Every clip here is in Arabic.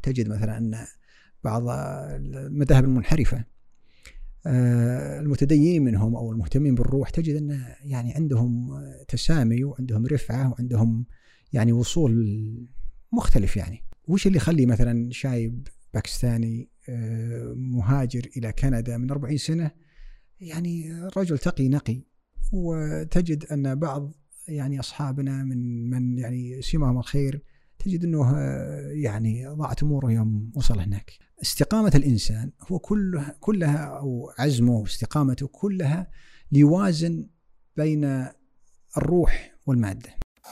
تجد مثلا أن بعض المذاهب المنحرفة المتدينين منهم أو المهتمين بالروح تجد أن يعني عندهم تسامي وعندهم رفعة وعندهم يعني وصول مختلف. يعني وش اللي يخلي مثلا شايب باكستاني مهاجر إلى كندا من 40 سنة يعني رجل تقي نقي، وتجد أن بعض يعني أصحابنا من يعني سماهم الخير تجد أنه يعني ضاعت أموره يوم وصل هناك. استقامة الإنسان هو كلها أو عزمه واستقامته كلها ليوازن بين الروح والمادة.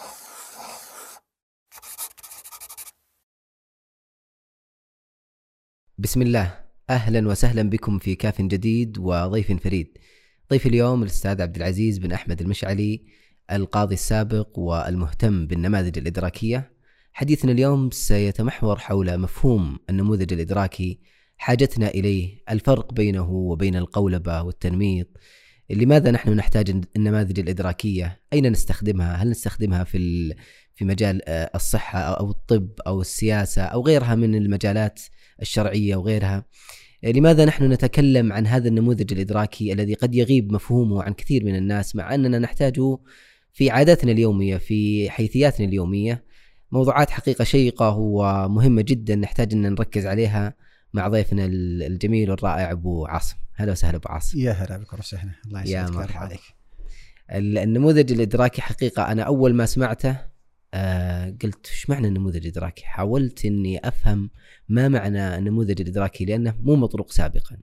بسم الله، أهلا وسهلا بكم في كاف جديد وضيف فريد. ضيف اليوم الأستاذ عبد العزيز بن أحمد المشعلي، القاضي السابق والمهتم بالنماذج الإدراكية. حديثنا اليوم سيتمحور حول مفهوم النموذج الإدراكي، حاجتنا إليه، الفرق بينه وبين القولبة والتنميط، لماذا نحن نحتاج النماذج الإدراكية، أين نستخدمها، هل نستخدمها في مجال الصحة أو الطب أو السياسة أو غيرها من المجالات الشرعية وغيرها. لماذا نحن نتكلم عن هذا النموذج الإدراكي الذي قد يغيب مفهومه عن كثير من الناس، مع أننا نحتاجه في عاداتنا اليومية، في حيثياتنا اليومية. موضوعات حقيقة شيقة ومهمة جدا نحتاج أن نركز عليها مع ضيفنا الجميل والرائع أبو عاصم. هلا وسهلا أبو عاصم. يا هلا بك وسهلا، الله يسعدك عليك. النموذج الإدراكي حقيقة أنا أول ما سمعته قلت إيش معنى النموذج الإدراكي؟ حاولت إني أفهم ما معنى النموذج الإدراكي لأنه مو مطروق سابقا،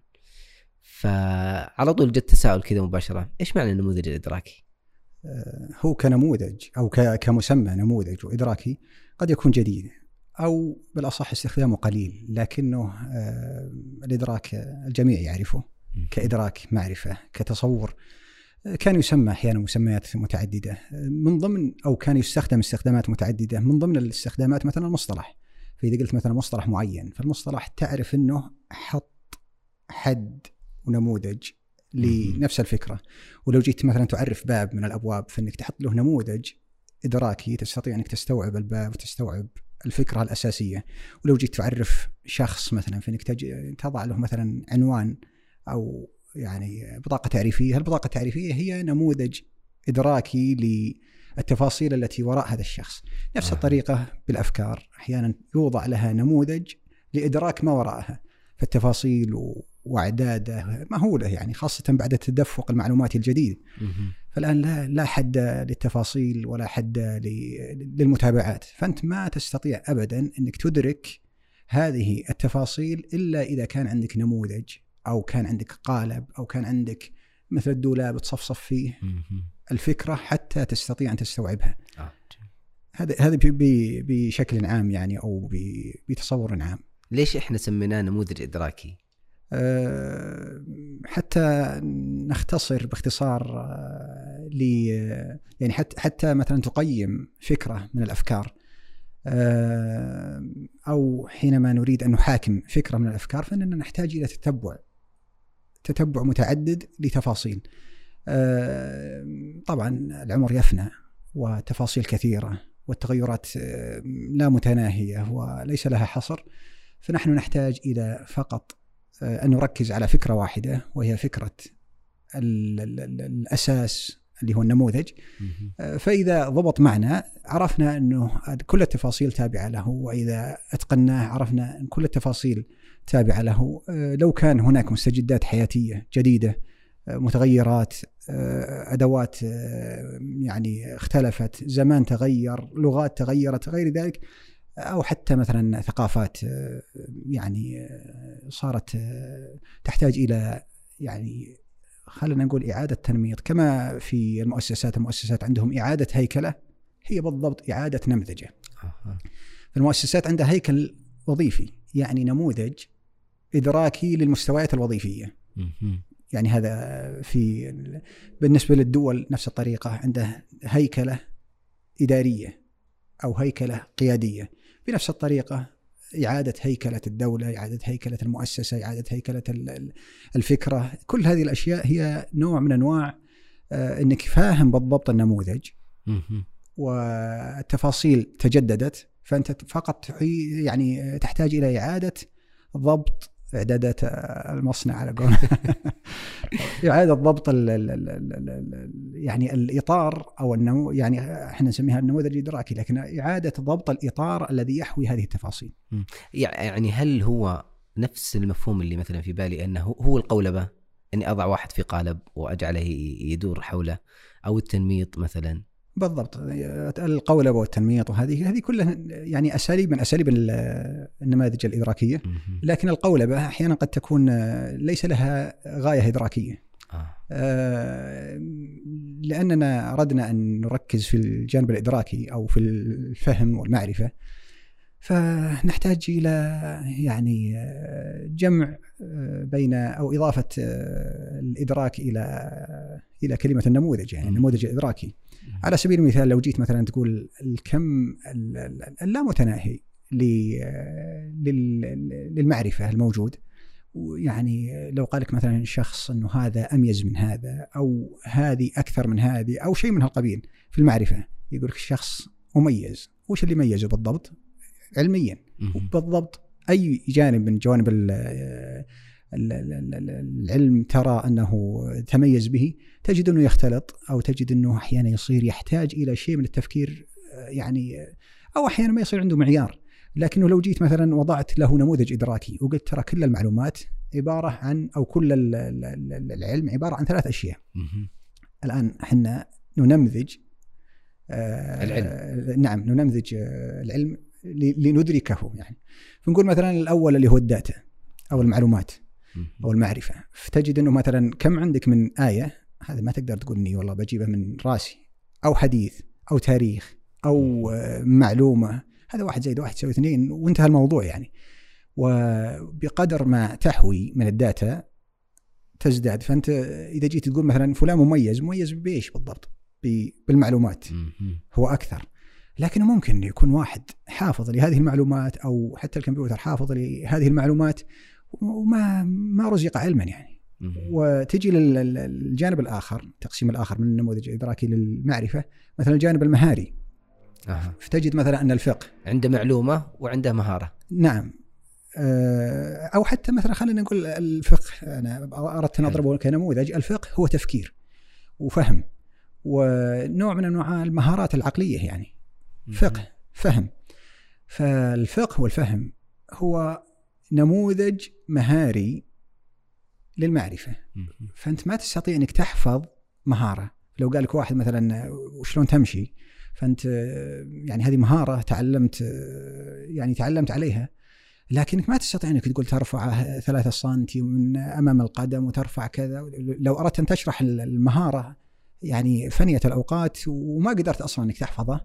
فعلى طول جت تساؤل كذا مباشرة، إيش معنى النموذج الإدراكي؟ هو كنموذج أو كمسمى نموذج وإدراكي قد يكون جديد أو بالأصح استخدامه قليل، لكنه الإدراك الجميع يعرفه كإدراك معرفة كتصور. كان يسمى أحيانا مسميات متعددة من ضمن، أو كان يستخدم استخدامات متعددة من ضمن الاستخدامات مثلا المصطلح. فإذا قلت مثلا مصطلح معين فالمصطلح تعرف أنه حط حد ونموذج لنفس الفكرة. ولو جيت مثلا تعرف باب من الأبواب فإنك تحط له نموذج إدراكي تستطيع أنك تستوعب الباب وتستوعب الفكرة الأساسية. ولو جيت تعرف شخص مثلا فإنك تضع له مثلا عنوان أو يعني بطاقة تعريفية. البطاقة التعريفية هي نموذج إدراكي للتفاصيل التي وراء هذا الشخص. نفس الطريقة بالأفكار، أحيانا يوضع لها نموذج لإدراك ما وراءها، فالتفاصيل وأعداده مهولة يعني، خاصة بعد التدفق المعلوماتي الجديد. فالآن لا حد للتفاصيل ولا حد للمتابعات، فأنت ما تستطيع أبدا أنك تدرك هذه التفاصيل إلا إذا كان عندك نموذج أو كان عندك قالب أو كان عندك مثل الدولاب تصفصف فيه الفكرة حتى تستطيع أن تستوعبها. هذا بشكل عام يعني، أو بتصور عام. ليش إحنا سميناه نموذج إدراكي؟ حتى نختصر باختصار يعني حتى مثلا تقيم فكرة من الأفكار، أو حينما نريد أن نحاكم فكرة من الأفكار فإننا نحتاج إلى تتبع متعدد لتفاصيل. طبعا العمر يفنى وتفاصيل كثيرة والتغيرات لا متناهية وليس لها حصر، فنحن نحتاج إلى فقط أن نركز على فكرة واحدة، وهي فكرة الأساس اللي هو النموذج. فإذا ضبط معنا عرفنا أنه كل التفاصيل تابعة له، وإذا أتقناه عرفنا أن كل التفاصيل تابعة له. لو كان هناك مستجدات حياتية جديدة، متغيرات، أدوات يعني اختلفت، زمان تغير، لغات تغيرت، غير ذلك، أو حتى مثلا ثقافات يعني صارت تحتاج إلى يعني خلينا نقول إعادة تنميط. كما في المؤسسات عندهم إعادة هيكلة، هي بالضبط إعادة نمذجة. المؤسسات عندها هيكل وظيفي، يعني نموذج إدراكي للمستويات الوظيفية. يعني هذا بالنسبة للدول نفس الطريقة، عنده هيكلة إدارية أو هيكلة قيادية. بنفس الطريقة إعادة هيكلة الدولة، إعادة هيكلة المؤسسة، إعادة هيكلة الفكرة، كل هذه الأشياء هي نوع من أنواع أنك فاهم بالضبط النموذج والتفاصيل تجددت، فأنت فقط يعني تحتاج إلى إعادة ضبط إعدادات المصنع على قول إعادة ضبط يعني الإطار أو يعني إحنا نسميها النموذج الإدراكي، لكن إعادة ضبط الإطار الذي يحوي هذه التفاصيل. يعني هل هو نفس المفهوم اللي مثلا في بالي أنه هو القولبة، أني أضع واحد في قالب وأجعله يدور حوله، أو التنميط مثلا؟ بالضبط، القولبة والتنميط وهذه كلها يعني أساليب من أساليب النماذج الإدراكية، لكن القولبة أحيانا قد تكون ليس لها غاية إدراكية. لأننا أردنا أن نركز في الجانب الإدراكي أو في الفهم والمعرفة، فنحتاج إلى يعني جمع بين أو إضافة الإدراك إلى كلمة النموذج، يعني النموذج الإدراكي. على سبيل المثال لو جيت مثلا تقول الكم اللامتناهي للمعرفة الموجود، يعني لو قالك مثلا شخص أنه هذا أميز من هذا أو هذه أكثر من هذه أو شيء من هالقبيل في المعرفة، يقولك الشخص مميز. وش اللي ميزه بالضبط علميا؟ بالضبط أي جانب من جوانب العلم ترى أنه تميز به، تجد أنه يختلط، أو تجد أنه أحيانا يصير يحتاج إلى شيء من التفكير، يعني أو أحيانا ما يصير عنده معيار. لكنه لو جيت مثلا وضعت له نموذج إدراكي وقلت ترى كل المعلومات عبارة عن، أو كل العلم عبارة عن 3 أشياء. الآن احنا ننمذج العلم. نعم، ننمذج العلم لندركه. يعني فنقول مثلا الأول اللي هو الداتا أو المعلومات أو المعرفة، فتجد أنه مثلا كم عندك من آية، هذا ما تقدر تقول إني والله بجيبه من راسي، أو حديث أو تاريخ أو معلومة، هذا 1 زائد 1 يساوي 2 وانتهى الموضوع يعني. وبقدر ما تحوي من الداتا تزداد. فأنت إذا جيت تقول مثلا فلان مميز بإيش بالضبط؟ بالمعلومات هو أكثر. لكن ممكن يكون واحد حافظ لهذه المعلومات، أو حتى الكمبيوتر حافظ لهذه المعلومات وما رزق علما يعني. وتجي للجانب الآخر، التقسيم الآخر من النموذج الإدراكي للمعرفة، مثلا الجانب المهاري. فتجد مثلا أن الفقه عنده معلومة وعنده مهارة. نعم. أو حتى مثلا خلينا نقول الفقه، أنا أردت أن أضربه كنموذج. الفقه هو تفكير وفهم ونوع من أنواع المهارات العقلية، يعني فقه فهم. فالفقه والفهم هو نموذج مهاري للمعرفة. فأنت ما تستطيع أنك تحفظ مهارة. لو قال لك واحد مثلا وشلون تمشي، فأنت يعني هذه مهارة تعلمت عليها، لكنك ما تستطيع أنك تقول ترفع 3 سنتي من أمام القدم وترفع كذا. لو أردت أن تشرح المهارة يعني فنية الأوقات وما قدرت أصلا أنك تحفظه،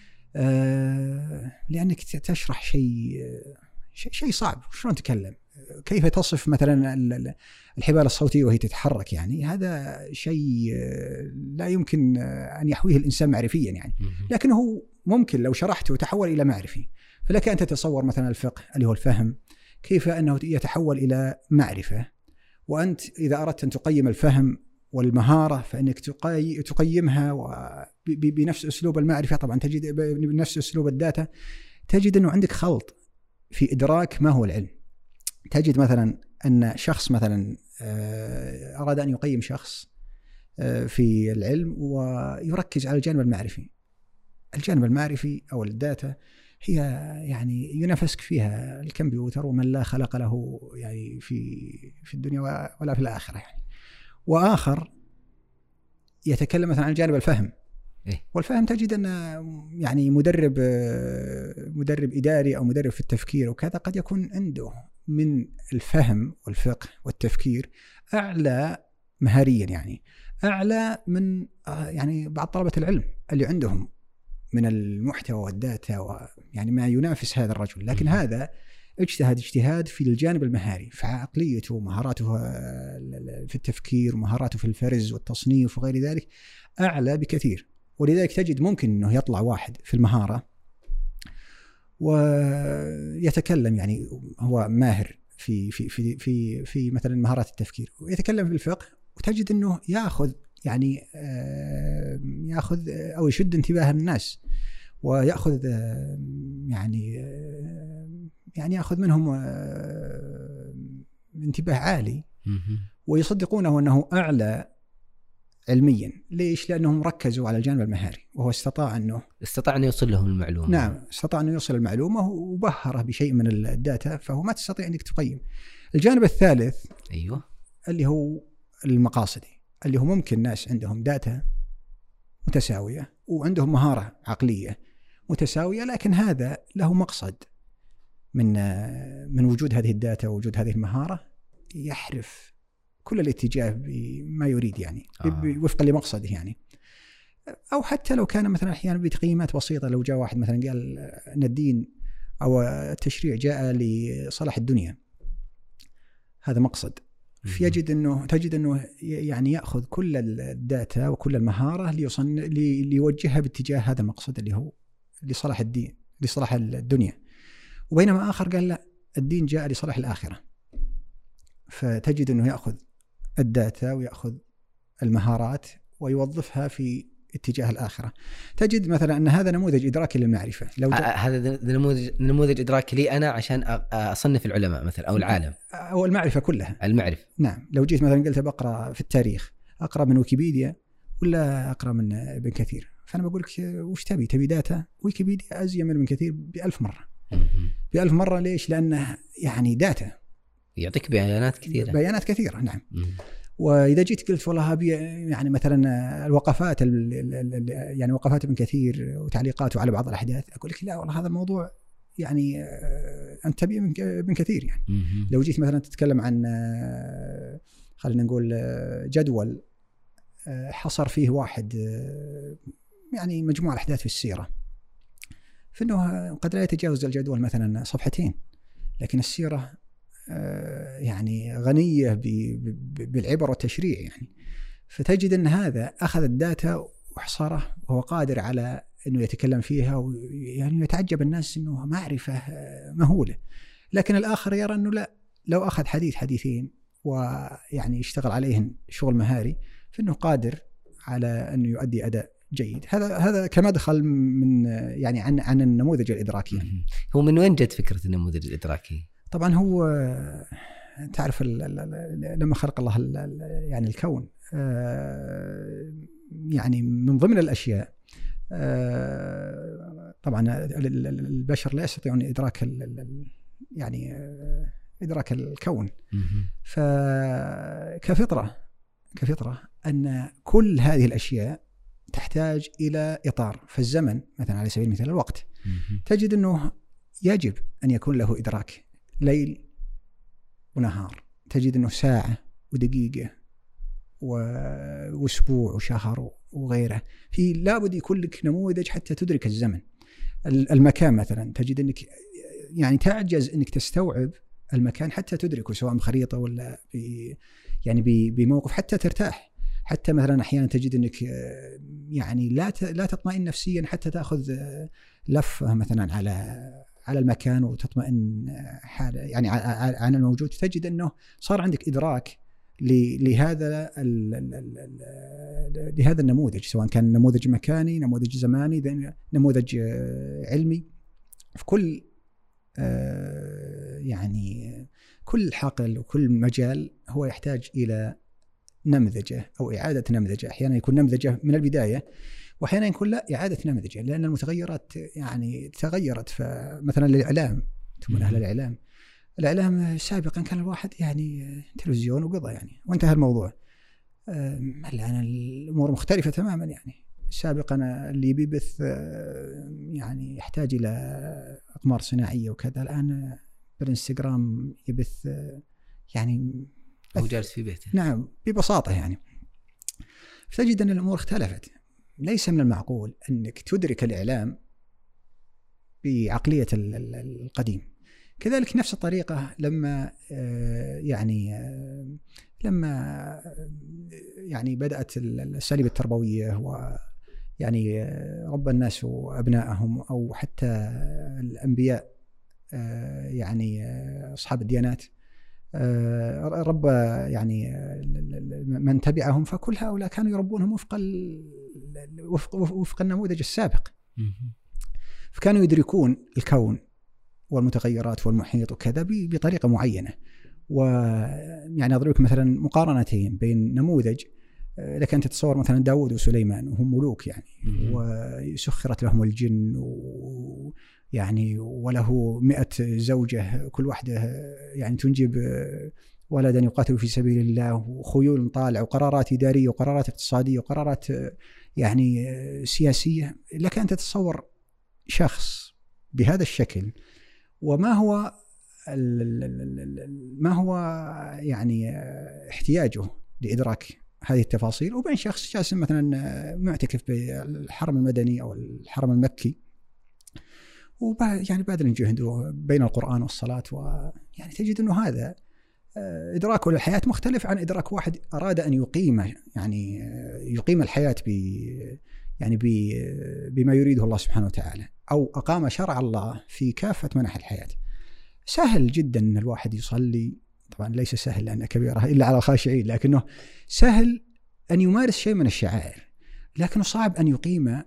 لأنك تشرح شيء صعب. شلون تكلم؟ كيف تصف مثلا الحبال الصوتية وهي تتحرك؟ يعني هذا شيء لا يمكن أن يحويه الإنسان معرفيا يعني. لكنه ممكن لو شرحته تحول إلى معرفي. فلك أن تتصور مثلا الفقه اللي هو الفهم كيف أنه يتحول إلى معرفة. وأنت إذا أردت أن تقيم الفهم والمهارة فإنك تقيمها بنفس أسلوب المعرفة. طبعا تجد بنفس أسلوب الداتا، تجد أنه عندك خلط في إدراك ما هو العلم. تجد مثلا أن شخص مثلا أراد أن يقيم شخص في العلم ويركز على الجانب المعرفي. الجانب المعرفي أو الداتا هي يعني ينافسك فيها الكمبيوتر ومن لا خلق له يعني في الدنيا ولا في الآخرة يعني. وآخر يتكلم مثلا عن جانب الفهم. والفهم تجد أن يعني مدرب إداري أو مدرب في التفكير وكذا قد يكون عنده من الفهم والفقه والتفكير أعلى مهاريا، يعني أعلى من يعني بعض طلبة العلم اللي عندهم من المحتوى والداتا يعني ما ينافس هذا الرجل. لكن هذا اجتهاد في الجانب المهاري، فعقليته ومهاراته في التفكير ومهاراته في الفرز والتصنيف وغير ذلك أعلى بكثير. ولذلك تجد ممكن أنه يطلع واحد في المهارة ويتكلم يعني هو ماهر في مثلا مهارات التفكير، ويتكلم في الفقه وتجد أنه يأخذ أو يشد انتباه الناس ويأخذ يعني يأخذ منهم انتباه عالي، ويصدقونه أنه أعلى علميا. ليش؟ لأنهم ركزوا على الجانب المهاري، وهو استطاع أن يوصل لهم المعلومة. نعم، استطاع أن يوصل المعلومة وبهره بشيء من الداتا، فهو ما تستطيع أنك تقيم. الجانب الثالث أيوة اللي هو المقاصدي، اللي هو ممكن ناس عندهم داتا متساوية وعندهم مهارة عقلية متساوية، لكن هذا له مقصد من وجود هذه الداتا ووجود هذه المهارة، يحرف كل الاتجاه بما يريد يعني وفقا لمقصده يعني. أو حتى لو كان مثلا أحيانا بتقييمات بسيطة، لو جاء واحد مثلا قال أن الدين أو التشريع جاء لصلاح الدنيا، هذا مقصد، تجد أنه يعني يأخذ كل الداتا وكل المهارة ليوجهها باتجاه هذا المقصد اللي هو لصلاح الدين، لصلاح الدنيا. وبينما آخر قال لا، الدين جاء لصلاح الآخرة. فتجد أنه يأخذ الداتا ويأخذ المهارات ويوظفها في اتجاه الآخرة. تجد مثلا أن هذا نموذج إدراكي للمعرفة. هذا نموذج إدراكي لي أنا عشان أصنف العلماء مثلا أو العالم أو المعرفة كلها. المعرفة نعم. لو جيت مثلا قلت بقرأ في التاريخ، أقرأ من ويكيبيديا ولا أقرأ من ابن كثير؟ فأنا بقول لك وش تبي داتا؟ ويكيبيديا أزين من ابن كثير ب1000 مرة. ب1000 مرة. ليش؟ لأنه يعني داتا يعطيك بيانات كثيرة. نعم. وإذا جيت قلت والله هبي يعني مثلا الوقفات يعني وقفات ابن كثير وتعليقاته على بعض الأحداث، أقول لك لا والله هذا الموضوع يعني أنت تبي من ابن كثير يعني. لو جيت مثلا تتكلم عن خلينا نقول جدول حصر فيه واحد يعني مجموعة الأحداث في السيرة، فإنه قد لا يتجاوز الجدول مثلا صفحتين، لكن السيرة يعني غنية بالعبر والتشريع يعني. فتجد أن هذا أخذ الداتا وحصره، وهو قادر على أنه يتكلم فيها، ويعني يتعجب الناس أنه معرفة مهولة. لكن الآخر يرى أنه لا، لو أخذ حديثين ويعني يشتغل عليهن شغل مهاري، فإنه قادر على أنه يؤدي أداء جيد. هذا كمدخل من يعني عن النموذج الإدراكي. هو من وين جت فكرة النموذج الإدراكي؟ طبعا هو تعرف لما خلق الله يعني الكون، يعني من ضمن الأشياء طبعا البشر لا يستطيعون إدراك يعني إدراك الكون. فكفطرة أن كل هذه الأشياء تحتاج إلى إطار. فالزمن مثلا على سبيل المثال الوقت، تجد أنه يجب أن يكون له إدراك، ليل ونهار. تجد أنه ساعة ودقيقة وأسبوع وشهر وغيره. في لابد يكون لك نموذج حتى تدرك الزمن. المكان مثلا تجد أنك يعني تعجز أنك تستوعب المكان حتى تدركه، سواء بخريطة ولا يعني بموقف حتى ترتاح. حتى مثلا أحيانا تجد أنك يعني لا تطمئن نفسيا حتى تأخذ لفة مثلا على المكان وتطمئن حالة يعني عن الموجود. تجد أنه صار عندك إدراك لهذا النموذج، سواء كان نموذج مكاني، نموذج زماني، نموذج علمي. في كل يعني كل حقل وكل مجال هو يحتاج إلى نمذجة أو إعادة نمذجة. أحيانا يكون نمذجة من البداية، وأحيانا يكون لا، إعادة نمذجة، لأن المتغيرات يعني تغيرت. فمثلا الإعلام، ثم أهل الإعلام سابقا كان الواحد يعني تلفزيون وقضى يعني وانتهى الموضوع. الآن الأمور مختلفة تماما يعني. سابقا اللي بيبث يعني يحتاج إلى أقمار صناعية وكذا، الآن بالإنستغرام يبث يعني هو جالس في بيته. نعم، ببساطة يعني. فتجد أن الأمور اختلفت. ليس من المعقول أنك تدرك الإعلام بعقلية القديم. كذلك نفس الطريقة لما يعني بدأت الأساليب التربوية ويعني رب الناس وأبنائهم، أو حتى الأنبياء يعني أصحاب الديانات رب يعني من تبعهم، فكل هؤلاء كانوا يربونهم وفق النموذج السابق. فكانوا يدركون الكون والمتغيرات والمحيط وكذا بطريقة معينة. ويعني أضرب لك مثلا مقارنتين بين نموذج لك أن تتصور مثلا داود وسليمان وهم ملوك يعني، وسخرت لهم الجن يعني وله 100 زوجة كل واحدة يعني تنجب ولدا يقاتل في سبيل الله، وخيول طالع، وقرارات إدارية وقرارات اقتصادية وقرارات يعني سياسية. لك أن تتصور شخص بهذا الشكل وما هو يعني احتياجه لإدراك هذه التفاصيل، وبين شخص جالس مثلا معتكف بالحرم المدني أو الحرم المكي يعني باذل جهده بين القرآن والصلاة، ويعني تجد أنه هذا إدراكه للحياة مختلف عن إدراك واحد أراد أن يقيم الحياة بما يريده الله سبحانه وتعالى، أو أقام شرع الله في كافة مناحي الحياة. سهل جدا أن الواحد يصلي، طبعا ليس سهل لأنها كبيرة إلا على الخاشعين، لكنه سهل أن يمارس شيء من الشعائر، لكنه صعب أن يقيم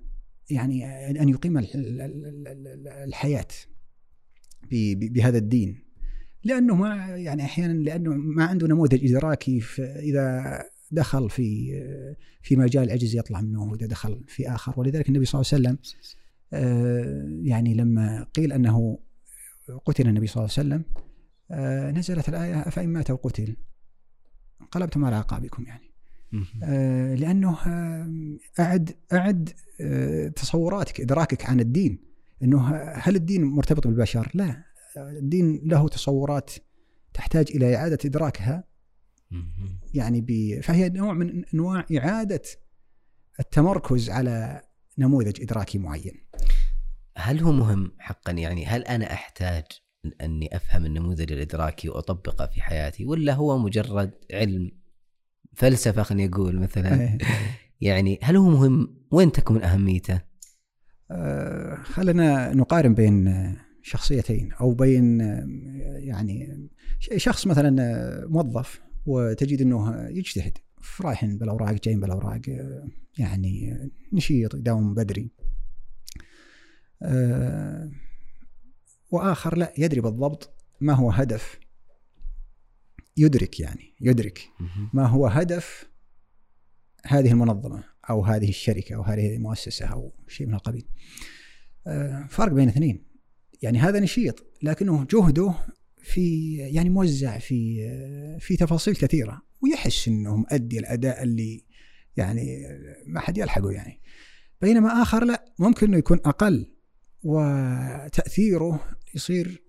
الحياة بهذا الدين، لأنه ما يعني أحيانا لأنه ما عنده نموذج إدراكي. إذا دخل في مجال عجز يطلع منه، وإذا دخل في آخر. ولذلك النبي صلى الله عليه وسلم يعني لما قيل أنه قتل النبي صلى الله عليه وسلم نزلت الآية أفإن مات وقتل انقلبتم على أعقابكم، يعني لأنه أعد تصوراتك إدراكك عن الدين، أنه هل الدين مرتبط بالبشر؟ لا، الدين له تصورات تحتاج إلى إعادة إدراكها، يعني فهي نوع من أنواع إعادة التمركز على نموذج إدراكي معين. هل هو مهم حقا؟ يعني هل أنا أحتاج أني أفهم النموذج الإدراكي وأطبقه في حياتي، ولا هو مجرد علم فلسفة خلينا نقول مثلا؟ يعني هل هو مهم؟ وين تكمن أهميته؟ خلنا نقارن بين شخصيتين، أو بين يعني شخص مثلا موظف وتجد أنه يجتهد، رايحين بالأوراق جايين بالأوراق، يعني نشيط يداوم بدري، وآخر لا، يدري بالضبط ما هو هدف، يدرك ما هو هدف هذه المنظمة أو هذه الشركة أو هذه المؤسسة أو شيء من القبيل. فرق بين اثنين، يعني هذا نشيط لكنه جهده يعني موزع في تفاصيل كثيرة، ويحس أنه مؤدي الأداء اللي يعني ما حد يلحقه يعني. بينما آخر لا، ممكن أنه يكون أقل وتأثيره يصير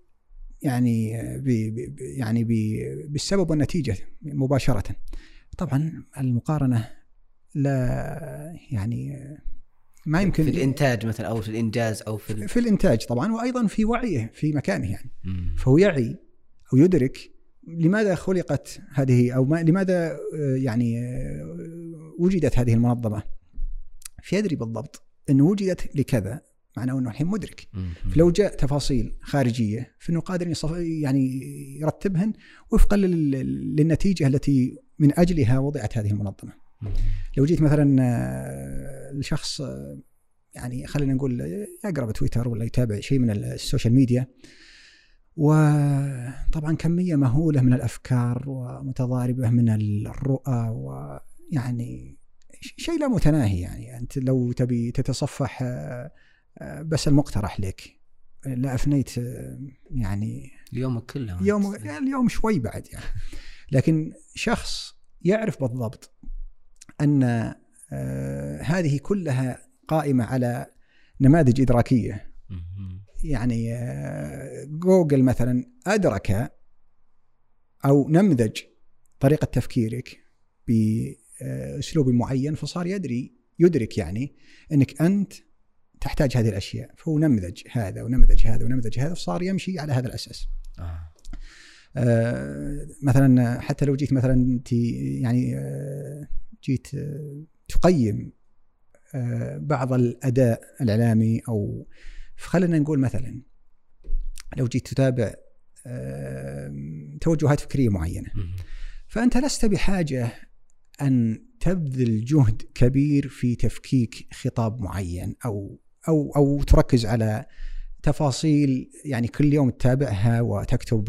يعني بالسبب والنتيجة مباشرة. طبعا المقارنة لا يعني ما يمكن في الإنتاج مثلا، أو في الإنجاز، أو في الإنتاج طبعا، وأيضا في وعيه في مكانه يعني. فهو يعي أو يدرك لماذا خلقت هذه، أو لماذا يعني وجدت هذه المنظمة، فيدري بالضبط أنه وجدت لكذا، معناه أنه الحين مدرك. فلو جاء تفاصيل خارجية فإنه قادر يعني يرتبهن وفقا للنتيجة التي من أجلها وضعت هذه المنظمة. لو جيت مثلا الشخص يعني خلينا نقول يقرأ بتويتر ولا يتابع شيء من السوشيال ميديا، وطبعا كمية مهولة من الأفكار ومتضاربة من الرؤى، ويعني شيء لا متناهي. يعني أنت لو تبي تتصفح بس المقترح لك لا أفنيت يعني اليوم كله، اليوم شوي بعد يعني. لكن شخص يعرف بالضبط أن هذه كلها قائمة على نماذج إدراكية، يعني جوجل مثلا أدرك أو نمذج طريقة تفكيرك بأسلوب معين، فصار يدرك يعني أنك أنت تحتاج هذه الأشياء، فهو نمذج هذا ونمذج هذا ونمذج هذا، فصار يمشي على هذا الأساس. مثلا حتى لو جيت مثلا أنت يعني جيت تقيم بعض الأداء الإعلامي، أو خلينا نقول مثلا لو جيت تتابع توجهات فكرية معينة، فأنت لست بحاجة أن تبذل جهد كبير في تفكيك خطاب معين، أو تركز على تفاصيل يعني كل يوم تتابعها وتكتب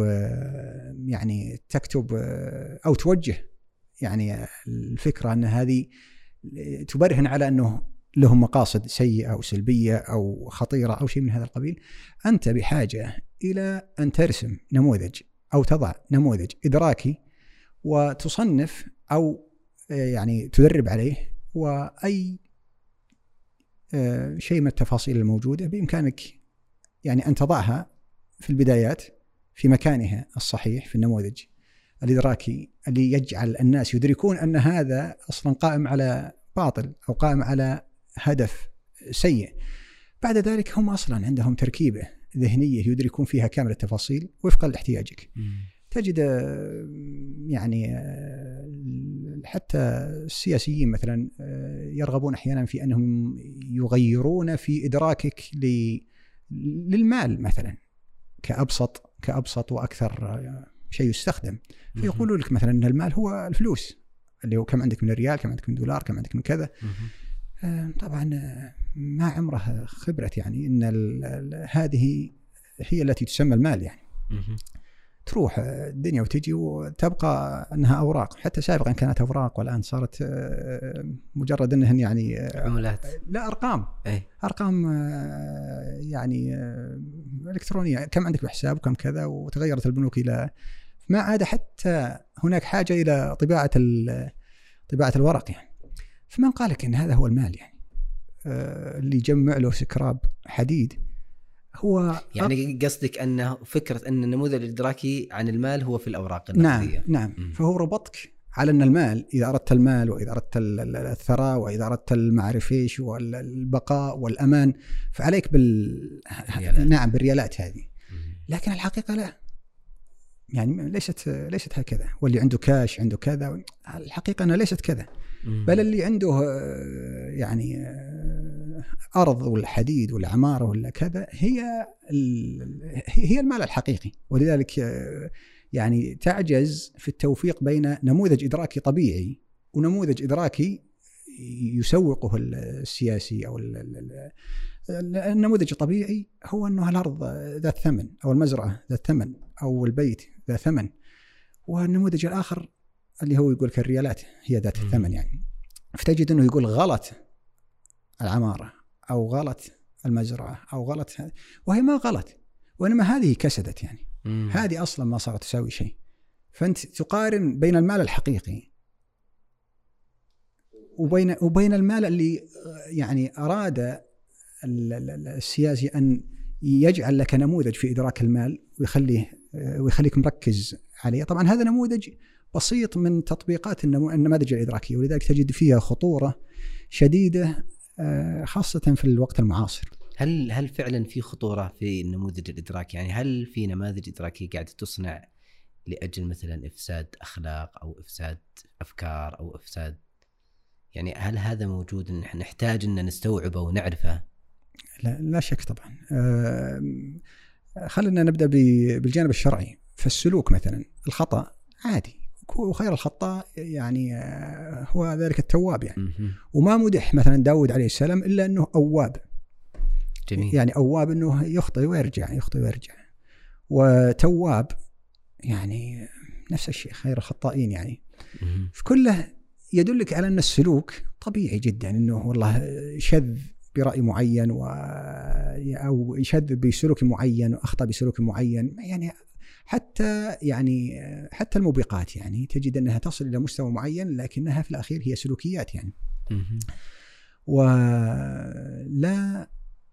تكتب أو توجه يعني الفكرة أن هذه تبرهن على أنه لهم مقاصد سيئة أو سلبية أو خطيرة أو شيء من هذا القبيل. أنت بحاجة إلى أن ترسم نموذج أو تضع نموذج إدراكي وتصنف أو يعني تدرب عليه، وأي شيء من التفاصيل الموجودة بإمكانك يعني أن تضعها في البدايات في مكانها الصحيح في النموذج الإدراكي اللي يجعل الناس يدركون أن هذا أصلا قائم على باطل أو قائم على هدف سيء. بعد ذلك هم أصلا عندهم تركيبة ذهنية يدركون فيها كامل التفاصيل وفقا لاحتياجك. تجد يعني حتى السياسيين مثلا يرغبون أحيانا في أنهم يغيرون في إدراكك للمال مثلا كأبسط وأكثر شيء يستخدم، فيقولوا لك مثلا أن المال هو الفلوس، اللي هو كم عندك من ريال، كم عندك من دولار، كم عندك من كذا. طبعا ما عمره خبرة يعني أن هذه هي التي تسمى المال يعني. تروح الدنيا وتجي وتبقى أنها أوراق، حتى سابقا كانت أوراق والآن صارت مجرد أنهن يعني عملات، لا أرقام أرقام يعني إلكترونية، كم عندك بحساب وكم كذا، وتغيرت البنوك إلى ما عاد حتى هناك حاجة إلى طباعة الورق يعني. فمن قالك أن هذا هو المال يعني اللي يجمع له سكراب حديد هو يعني قصدك أنه فكرة أن النموذج الإدراكي عن المال هو في الأوراق النقدية. نعم. فهو ربطك على أن المال، إذا أردت المال وإذا أردت الثراء وإذا أردت المعرفيش والبقاء والأمان فعليك بالريالات هذه. لكن الحقيقة لا، يعني ليست هكذا. واللي عنده كاش عنده كذا، الحقيقة أنها ليست كذا، بل اللي عنده يعني أرض والحديد والعمارة ولا كذا هي المال الحقيقي. ولذلك يعني تعجز في التوفيق بين نموذج إدراكي طبيعي ونموذج إدراكي يسوقه السياسي أو النموذج الطبيعي هو أنه الأرض ذات ثمن أو المزرعة ذات ثمن أو البيت ذات ثمن، والنموذج الآخر اللي هو يقول كالريالات هي ذات الثمن يعني. فتجد أنه يقول غلط العمارة أو غلط المزرعة أو غلط، وهي ما غلط، وإنما هذه كسدت يعني. هذه أصلا ما صارت تساوي شيء. فأنت تقارن بين المال الحقيقي وبين المال اللي يعني أراد السياسي أن يجعل لك نموذج في إدراك المال ويخليك مركز عليه. طبعا هذا نموذج بسيط من تطبيقات النماذج الإدراكية، ولذلك تجد فيها خطورة شديدة خاصة في الوقت المعاصر. هل فعلا في خطورة في النموذج الإدراكي؟ يعني هل في نماذج إدراكية قاعدة تصنع لأجل مثلا إفساد أخلاق أو إفساد أفكار أو إفساد، يعني هل هذا موجود إن نحتاج أن نستوعبه ونعرفه؟ لا شك طبعا. خلينا نبدأ بالجانب الشرعي. فالسلوك مثلا الخطأ عادي، وخير الخطاء يعني هو ذلك التواب يعني. وما مدح مثلا داود عليه السلام إلا أنه أواب. جميل. يعني أواب أنه يخطئ ويرجع. وتواب يعني نفس الشيء، خير الخطائين يعني. في كله يدلك على أن السلوك طبيعي جدا، أنه والله شذ برأي معين أو يشذ بسلوك معين وأخطأ بسلوك معين يعني. حتى الموبقات يعني تجد أنها تصل إلى مستوى معين، لكنها في الأخير هي سلوكيات يعني. ولا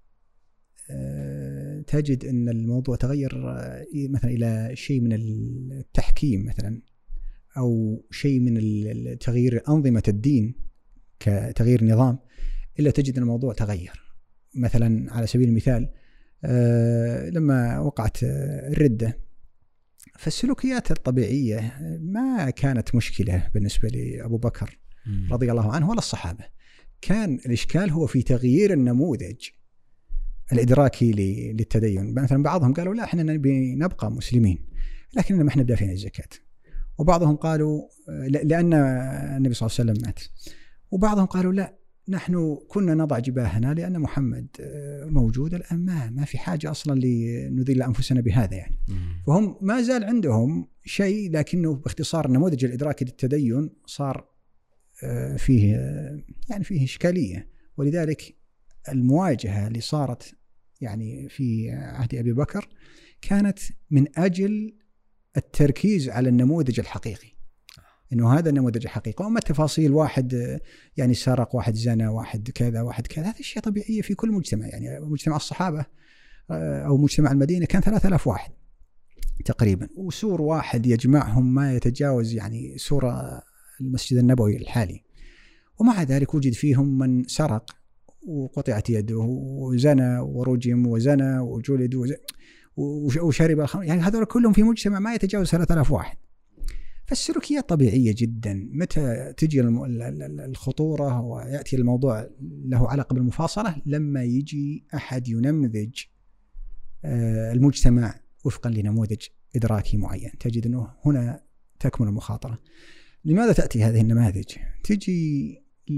تجد أن الموضوع تغير مثلا إلى شيء من التحكيم مثلا، أو شيء من تغيير أنظمة الدين كتغيير نظام، إلا تجد أن الموضوع تغير. مثلا على سبيل المثال لما وقعت الردة، فالسلوكيات الطبيعية ما كانت مشكلة بالنسبة لأبو بكر رضي الله عنه ولا الصحابة. كان الإشكال هو في تغيير النموذج الإدراكي للتدين. مثلا بعضهم قالوا لا، احنا نبقى مسلمين لكننا ما احنا بدافعين الزكاة. وبعضهم قالوا لأن النبي صلى الله عليه وسلم مات. وبعضهم قالوا لا، نحن كنا نضع جباهنا لأن محمد موجود. الآن ما في حاجة أصلا لنذل أنفسنا بهذا يعني. فهم ما زال عندهم شيء، لكنه باختصار النموذج الإدراكي للتدين صار فيه يعني فيه إشكالية. ولذلك المواجهة اللي صارت يعني في عهد أبي بكر كانت من أجل التركيز على النموذج الحقيقي، إنه هذا النموذج الحقيقي. وما التفاصيل، واحد يعني سرق، واحد زنى، واحد كذا، واحد كذا، هذا الشيء طبيعية في كل مجتمع. يعني مجتمع الصحابة أو مجتمع المدينة كان 3000 واحد تقريبا، وسور واحد يجمعهم ما يتجاوز يعني سور المسجد النبوي الحالي، ومع ذلك وجد فيهم من سرق وقطعت يده، وزنى ورجم وزنى وجلد وشرب الخمر. يعني هذول كلهم في مجتمع ما يتجاوز 3000 واحد. فالسلوكيات طبيعية جدا. متى تجي الخطورة ويأتي الموضوع له علاقة بالمفاصلة؟ لما يجي أحد ينمذج المجتمع وفقا لنموذج إدراكي معين، تجد أنه هنا تكمن المخاطرة. لماذا تأتي هذه النماذج؟ تجي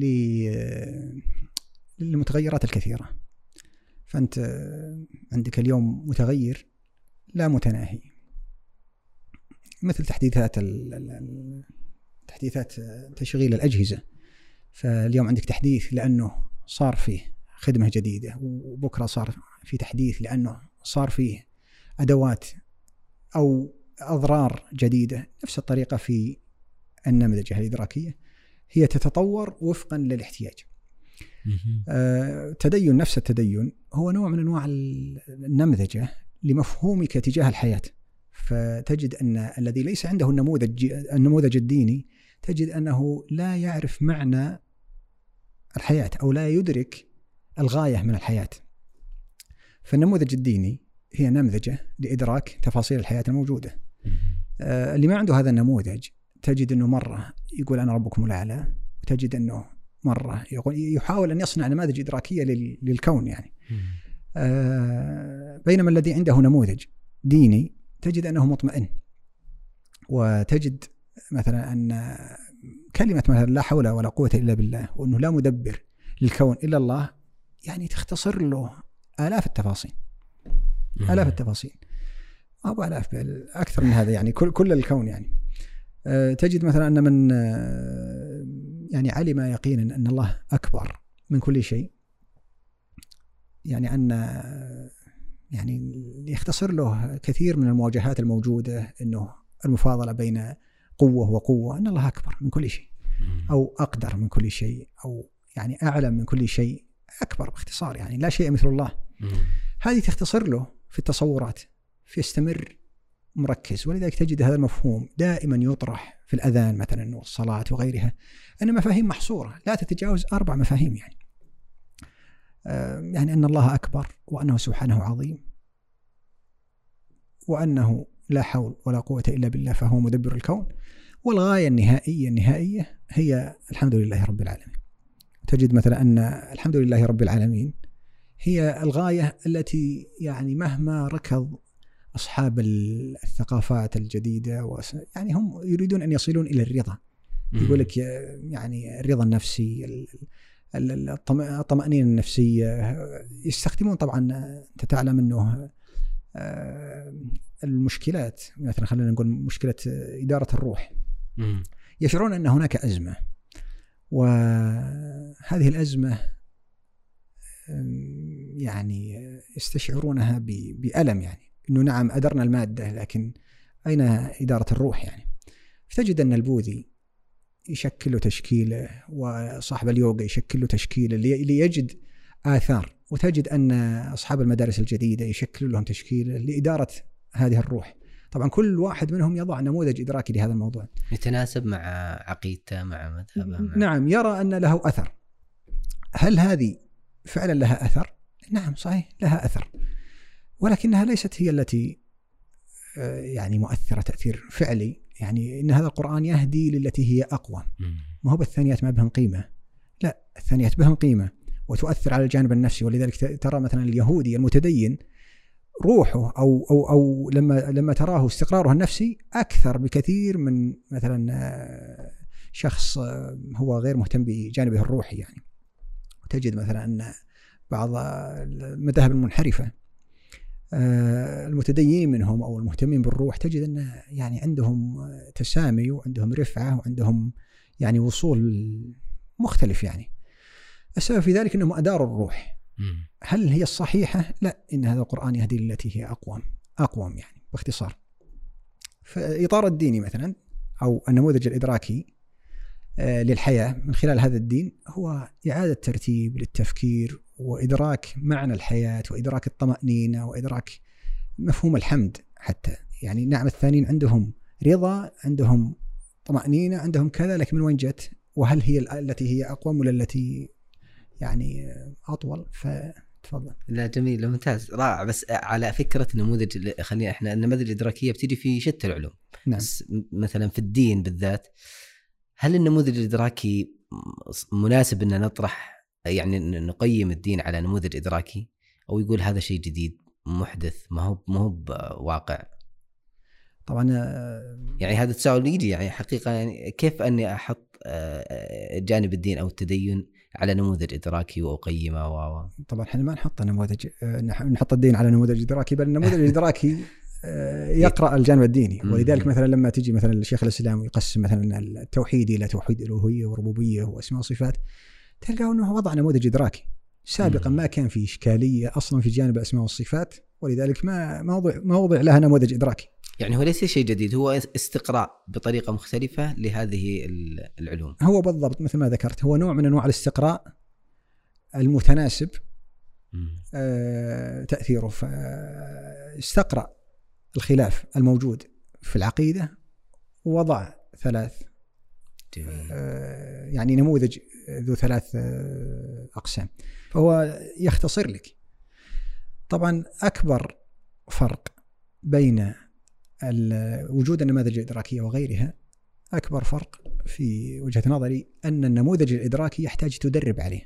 للمتغيرات الكثيرة. فأنت عندك اليوم متغير لا متناهي، مثل تحديثات تشغيل الأجهزة. فاليوم عندك تحديث لأنه صار فيه خدمة جديدة، وبكرة صار في تحديث لأنه صار فيه أدوات أو أضرار جديدة. نفس الطريقة في النمذجة الإدراكية، هي تتطور وفقا للاحتياج. تدين، نفس التدين هو نوع من أنواع النمذجة لمفهومك تجاه الحياة. فتجد أن الذي ليس عنده النموذج الديني تجد أنه لا يعرف معنى الحياة أو لا يدرك الغاية من الحياة. فالنموذج الديني هي نمذجة لإدراك تفاصيل الحياة الموجودة. اللي ما عنده هذا النموذج تجد أنه مرة يقول أنا ربكم الأعلى، وتجد أنه مرة يحاول أن يصنع نماذج إدراكية للكون يعني. بينما الذي عنده نموذج ديني تجد أنه مطمئن، وتجد مثلا أن كلمة مثلا لا حول ولا قوة إلا بالله، وأنه لا مدبر للكون إلا الله، يعني تختصر له آلاف التفاصيل، آلاف التفاصيل، أو آلاف أكثر من هذا يعني كل الكون يعني. تجد مثلا أن من يعني علم يقينا أن الله أكبر من كل شيء، يعني أن يعني يختصر له كثير من المواجهات الموجودة، أنه المفاضلة بين قوة وقوة، أن الله أكبر من كل شيء، أو أقدر من كل شيء، أو يعني أعلم من كل شيء، أكبر باختصار، يعني لا شيء مثل الله. هذه تختصر له في التصورات، فيستمر مركز. ولذلك تجد هذا المفهوم دائما يطرح في الأذان مثلا والصلاة وغيرها، أن مفاهيم محصورة لا تتجاوز 4 مفاهيم يعني أن الله أكبر، وأنه سبحانه عظيم، وأنه لا حول ولا قوة إلا بالله فهو مدبر الكون، والغاية النهائية هي الحمد لله رب العالمين. تجد مثلا أن الحمد لله رب العالمين هي الغاية التي يعني مهما ركض أصحاب الثقافات الجديدة يعني هم يريدون أن يصلون إلى الرضا. يقول لك يعني الرضا النفسي، الطمأنينة النفسية. يستخدمون طبعا، أنت تعلم أنه المشكلات مثلا، خلينا نقول مشكلة إدارة الروح، يشعرون أن هناك أزمة، وهذه الأزمة يعني يستشعرونها بألم، يعني أنه نعم أدرنا المادة لكن أين إدارة الروح يعني. فتجد أن البوذي يشكل له تشكيله، وصاحب اليوغا يشكل له تشكيله ليجد آثار، وتجد أن أصحاب المدارس الجديدة يشكل لهم تشكيله لإدارة هذه الروح. طبعا كل واحد منهم يضع نموذج إدراكي لهذا الموضوع يتناسب مع عقيدته، مع مذهبه، نعم، يرى أن له أثر. هل هذه فعلا لها أثر؟ نعم صحيح لها أثر، ولكنها ليست هي التي يعني مؤثرة تأثير فعلي. يعني إن هذا القرآن يهدي للتي هي أقوى، ما هو بالثانيات ما بهم قيمة، لا، الثانيات بهم قيمة وتؤثر على الجانب النفسي. ولذلك ترى مثلا اليهودي المتدين روحه أو لما تراه استقراره النفسي أكثر بكثير من مثلا شخص هو غير مهتم بجانبه الروحي يعني. تجد مثلا أن بعض المذاهب المنحرفة المتدينين منهم أو المهتمين بالروح تجد أن يعني عندهم تسامي وعندهم رفعة وعندهم يعني وصول مختلف. يعني السبب في ذلك أنهم أداروا الروح. هل هي الصحيحة؟ لا، إن هذا القرآن يهدي للتي هي أقوم يعني باختصار. فإطار الديني مثلا أو النموذج الإدراكي للحياة من خلال هذا الدين هو إعادة ترتيب للتفكير وإدراك معنى الحياة وإدراك الطمأنينة وإدراك مفهوم الحمد حتى. يعني نعم الثانيين عندهم رضا، عندهم طمأنينة، عندهم كذا، لكن من وين جت؟ وهل هي التي هي أقوم ولا التي يعني أطول؟ فتفضل. لا جميل ممتاز رائع. بس على فكرة نموذج، خلينا إحنا النماذج الإدراكية بتيجي في شتى العلوم. نعم. بس مثلا في الدين بالذات، هل النموذج الإدراكي مناسب أن نطرح يعني نقيم الدين على نموذج إدراكي، أو يقول هذا شيء جديد محدث ما هو واقع؟ طبعا يعني هذا التساؤل يجي يعني حقيقة، يعني كيف أني أحط جانب الدين أو التدين على نموذج إدراكي وأقيمه؟ طبعا احنا ما نحط نموذج، نحط الدين على نموذج إدراكي، بل النموذج الإدراكي يقرأ الجانب الديني. ولذلك مثلا لما تجي مثلا الشيخ الإسلام يقسم مثلا التوحيد إلى توحيد الألوهية وربوبية وأسماء وصفات، تلقى أنه وضع نموذج إدراكي. سابقا ما كان في إشكالية أصلا في جانب الأسماء والصفات، ولذلك ما وضع لها نموذج إدراكي. يعني هو ليس شيء جديد، هو استقراء بطريقة مختلفة لهذه العلوم. هو بالضبط مثل ما ذكرت، هو نوع من أنواع الاستقراء المتناسب تأثيره. فاستقرأ الخلاف الموجود في العقيدة ووضع ثلاث يعني نموذج ذو ثلاث أقسام، فهو يختصر لك. طبعا أكبر فرق بين وجود النماذج الإدراكية وغيرها، أكبر فرق في وجهة نظري أن النموذج الإدراكي يحتاج تدرب عليه.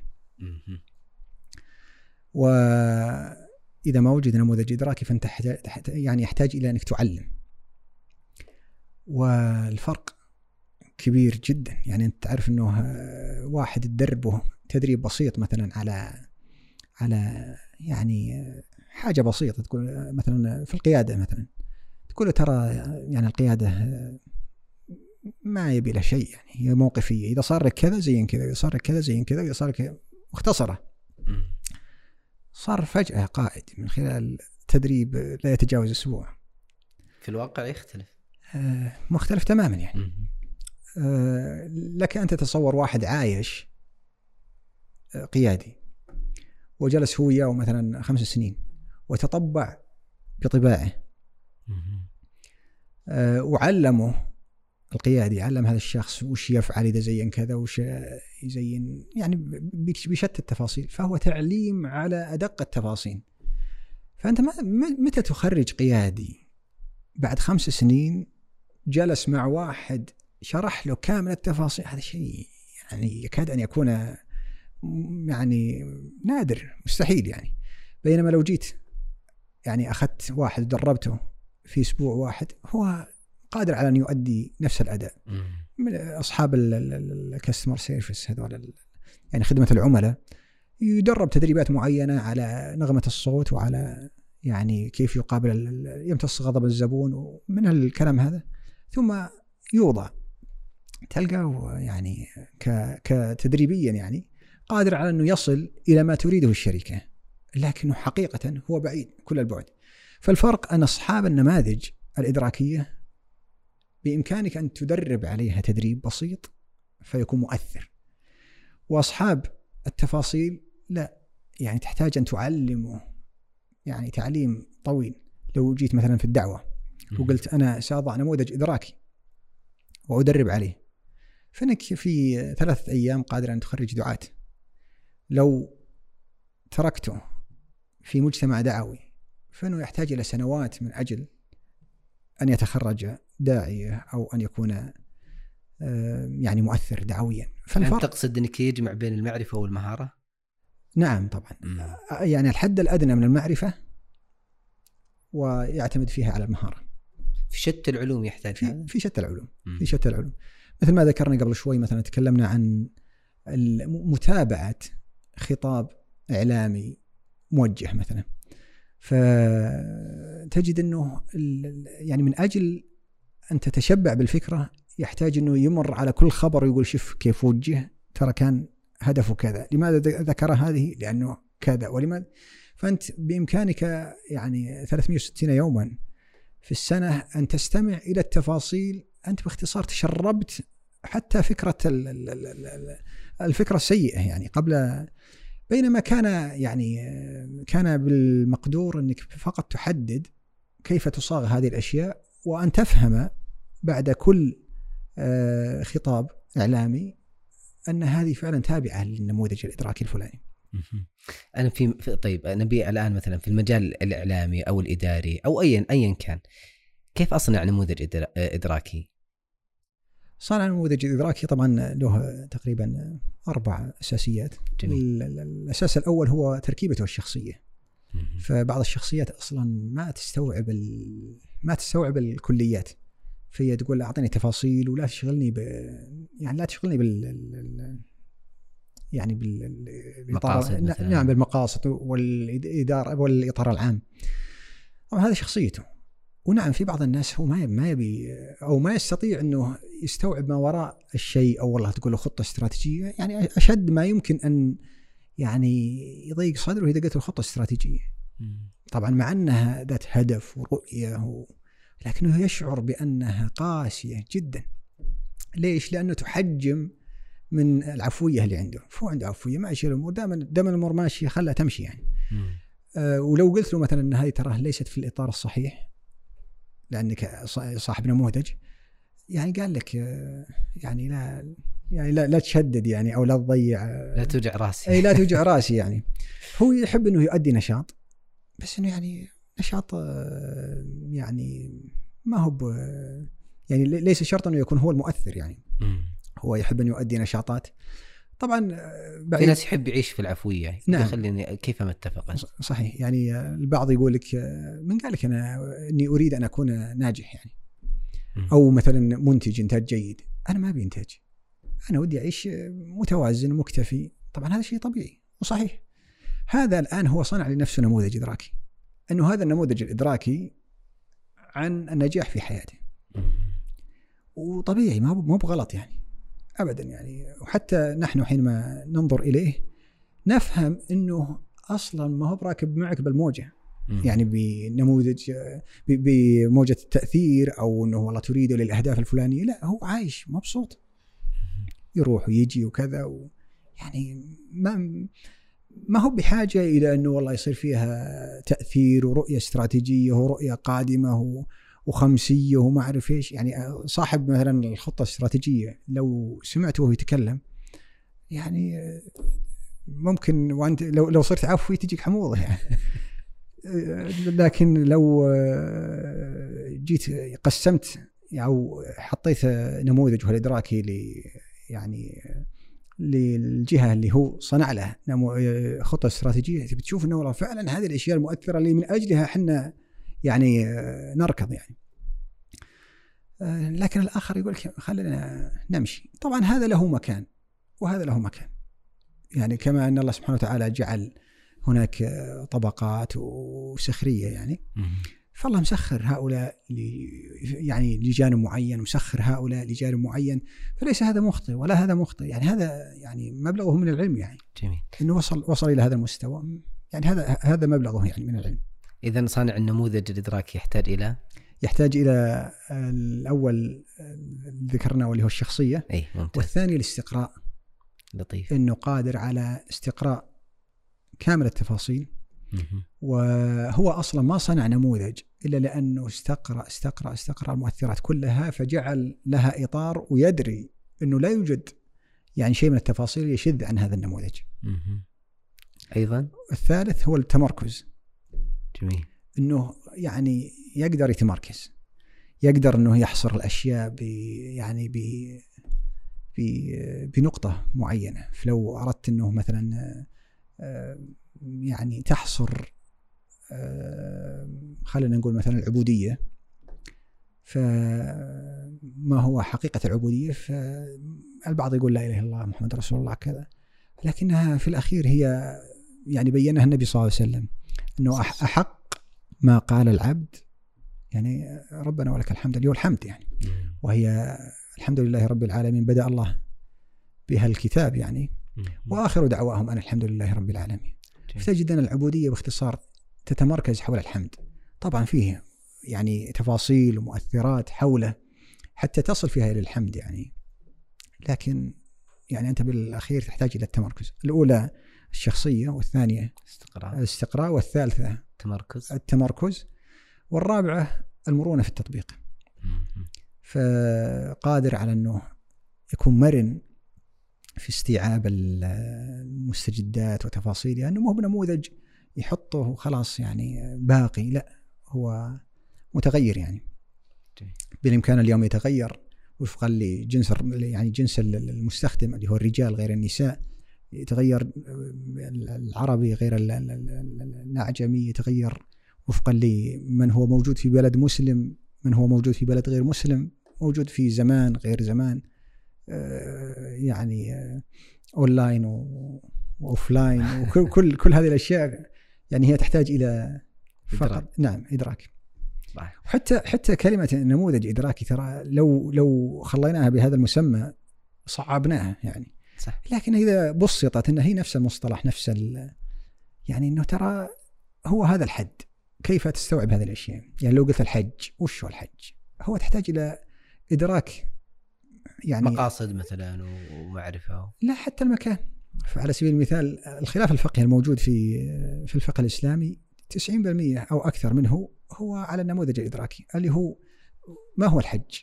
وإذا ما وجد نموذج إدراكي فأنت يعني يحتاج إلى أنك تعلم، والفرق كبير جدا. يعني أنت تعرف أنه واحد تدربه تدريب بسيط مثلا على يعني حاجة بسيطة، تقول مثلا في القيادة مثلا، تقول ترى يعني القيادة ما يبي له شيء، يعني هي موقفية، إذا صار لك كذا زين كذا، إذا صار لك كذا زين كذا، إذا صار لك مختصرة. صار فجأة قائد من خلال تدريب لا يتجاوز أسبوع. في الواقع يختلف، مختلف تماما. يعني لك أن تتصور واحد عايش قيادي وجلس هو وياه مثلا 5 سنين وتطبع بطباعه، وعلمه القيادي، علم هذا الشخص وش يفعل إذا زين كذا وش يزين، يعني بشتى التفاصيل، فهو تعليم على أدق التفاصيل. فأنت متى تخرج قيادي بعد 5 سنين جلس مع واحد شرح له كامل التفاصيل؟ هذا شيء يعني يكاد أن يكون يعني نادر، مستحيل يعني. بينما لو جيت يعني أخذت واحد ودربته في أسبوع واحد، هو قادر على أن يؤدي نفس الأداء. من أصحاب الكاستمر سيرفيس هذول، يعني خدمة العملاء، يدرب تدريبات معينة على نغمة الصوت وعلى يعني كيف يقابل يمتص غضب الزبون ومن الكلام هذا، ثم يوضع تلقاه يعني كتدريبيا يعني قادر على أنه يصل إلى ما تريده الشركة، لكنه حقيقة هو بعيد كل البعد. فالفرق أن أصحاب النماذج الإدراكية بإمكانك أن تدرب عليها تدريب بسيط فيكون مؤثر، وأصحاب التفاصيل لا، يعني تحتاج أن تعلمه يعني تعليم طويل. لو جيت مثلا في الدعوة وقلت أنا سأضع نموذج إدراكي وأدرب عليه، فإنك في 3 أيام قادر أن تخرج دعاة. لو تركته في مجتمع دعوي فإنه يحتاج إلى سنوات من أجل أن يتخرج داعية أو أن يكون يعني مؤثر دعويا. فالفرق تقصد أنك يجمع بين المعرفة والمهارة؟ نعم طبعا. يعني الحد الأدنى من المعرفة ويعتمد فيها على المهارة. في شتى العلوم يحتاج في شتى العلوم. في شتى العلوم مثل ما ذكرنا قبل شوي، مثلا تكلمنا عن متابعة خطاب إعلامي موجه مثلا، فتجد أنه يعني من أجل أن تتشبع بالفكرة يحتاج أنه يمر على كل خبر ويقول شوف كيف وجه، ترى كان هدفه كذا، لماذا ذكر هذه؟ لأنه كذا، ولماذا. فأنت بإمكانك يعني 360 يوما في السنة أن تستمع إلى التفاصيل. أنت باختصار تشربت حتى فكرة الفكرة السيئة يعني قبل، بينما كان بالمقدور أنك فقط تحدد كيف تصاغ هذه الأشياء، وأن تفهم بعد كل خطاب إعلامي أن هذه فعلا تابعة للنموذج الإدراكي الفلاني. أنا طيب نبي الآن مثلا في المجال الإعلامي أو الإداري أو أيا كان، كيف أصنع نموذج إدراكي؟ صنع نموذج إدراكي طبعا له تقريبا 4 أساسيات. جميل. الأساس الأول هو تركيبته الشخصية. فبعض الشخصيات أصلا ما تستوعب الكليات، فهي تقول أعطيني تفاصيل ولا تشغلني لا تشغلني بالمقاصد. نعم، بالمقاصد والإدارة والإطار العام. طبعا هذا شخصيته. ونعم في بعض الناس هو ما يبي أو ما يستطيع أنه يستوعب ما وراء الشيء، أو والله تقول له خطة استراتيجية، يعني أشد ما يمكن أن يعني يضيق صدره إذا قلت له خطة استراتيجية. طبعا مع أنها ذات هدف ورؤية لكنه يشعر بأنها قاسية جدا. ليش؟ لأنه تحجم من العفوية اللي عنده. فهو عنده عفوية، ما يشيل الأمور، دام الأمور ماشية خلها تمشي يعني. ولو قلت له مثلا أن هذه ترى ليست في الإطار الصحيح لأنك صاحب نموذج، يعني قال لك يعني لا تشدد يعني، أو لا تضيع، لا توجع راسي. أي لا توجع راسي يعني. هو يحب أنه يؤدي نشاط، بس أنه يعني نشاط يعني ما هو يعني ليس شرط أنه يكون هو المؤثر يعني. هو يحب أن يؤدي نشاطات. طبعا في ناس يحب يعيش في العفوية. نعم. يخليني كيف ما اتفق. صحيح. يعني البعض يقول لك من قال لك أني أريد أن أكون ناجح يعني، أو مثلا منتج إنتاج جيد. أنا ما بينتج، أنا ودي أعيش متوازن ومكتفي. طبعا هذا شيء طبيعي وصحيح. هذا الآن هو صنع لنفسه نموذج إدراكي، أنه هذا النموذج الإدراكي عن النجاح في حياته. وطبيعي ما بغلط يعني أبدا يعني. وحتى نحن حينما ننظر إليه نفهم أنه أصلا ما هو راكب معك بالموجة يعني بنموذج بموجة التأثير، أو أنه والله تريده للأهداف الفلانية. لا، هو عايش مبسوط، يروح ويجي وكذا يعني ما هو بحاجة إلى أنه والله يصير فيها تأثير ورؤية استراتيجية ورؤية قادمة وخمسية وما أعرف إيش. يعني صاحب مثلا الخطة الاستراتيجية لو سمعته وهو يتكلم يعني ممكن، وأنت لو صرت عفوي تجيك حموضة يعني. لكن لو جيت قسمت أو حطيت نموذج الإدراكي يعني للجهة اللي هو صنع له خطة استراتيجية، بتشوف أنه والله فعلا هذه الأشياء المؤثرة اللي من أجلها حنا يعني نركض يعني. لكن الآخر يقول خلينا نمشي. طبعا هذا له مكان وهذا له مكان، يعني كما أن الله سبحانه وتعالى جعل هناك طبقات وسخرية يعني. فالله مسخر هؤلاء يعني لجانب معين، ومسخر هؤلاء لجانب معين، فليس هذا مخطئ ولا هذا مخطئ يعني. هذا يعني مبلغه من العلم يعني. جميل. إنه وصل إلى هذا المستوى يعني، هذا مبلغه يعني من العلم. إذن صانع النموذج الإدراكي يحتاج إلى الأول ذكرنا واللي هو الشخصية. والثاني الاستقراء. لطيف. إنه قادر على استقراء كامل التفاصيل. وهو أصلا ما صنع نموذج إلا لأنه استقرأ المؤثرات كلها، فجعل لها إطار، ويدري أنه لا يوجد يعني شيء من التفاصيل يشذ عن هذا النموذج. أيضا الثالث هو التمركز. جميل. أنه يعني يقدر يتمركز، يقدر أنه يحصر الأشياء بنقطة معينة. فلو أردت أنه مثلا يعني تحصر خلينا نقول مثلا العبودية، فما هو حقيقة العبودية؟ فالبعض يقول لا إله إلا الله محمد رسول الله كذا، لكنها في الأخير هي يعني بينها النبي صلى الله عليه وسلم أنه أحق ما قال العبد، يعني ربنا ولك الحمد، اللي هو الحمد يعني، وهي الحمد لله رب العالمين بدأ الله بها الكتاب يعني، وآخر دعواهم أن الحمد لله رب العالمين. فتجد أن العبودية باختصار تتمركز حول الحمد. طبعا فيه يعني تفاصيل ومؤثرات حوله حتى تصل فيها إلى الحمد يعني، لكن يعني أنت بالأخير تحتاج إلى التمركز. الأولى الشخصية، والثانية الاستقراء، والثالثة التمركز، والرابعة المرونة في التطبيق. فقادر على أنه يكون مرن في استيعاب المستجدات وتفاصيلها، أنه مو بنموذج يحطه وخلاص يعني باقي، لا هو متغير يعني. بالإمكان اليوم يتغير وفقا لجنس يعني جنس المستخدم اللي هو الرجال غير النساء، يتغير العربي غير الأعجمي، يتغير وفقا لمن هو موجود في بلد مسلم، من هو موجود في بلد غير مسلم، موجود في زمان غير زمان، يعني أونلاين وأوفلاين، وكل هذه الأشياء يعني هي تحتاج إلى فقط نعم إدراك. حتى كلمة نموذج إدراكي ترى لو خليناها بهذا المسمى صعبناها يعني صح. لكن إذا بسطت إن هي نفس المصطلح، نفس يعني إنه ترى هو هذا الحد، كيف تستوعب هذه الأشياء. يعني لو قلت الحج، وش هو الحج؟ هو تحتاج إلى إدراك يعني مقاصد مثلا ومعرفة، لا حتى المكان. فعلى سبيل المثال الخلاف الفقهي الموجود في الفقه الإسلامي 90% أو أكثر منه هو على النموذج الإدراكي، اللي هو ما هو الحج،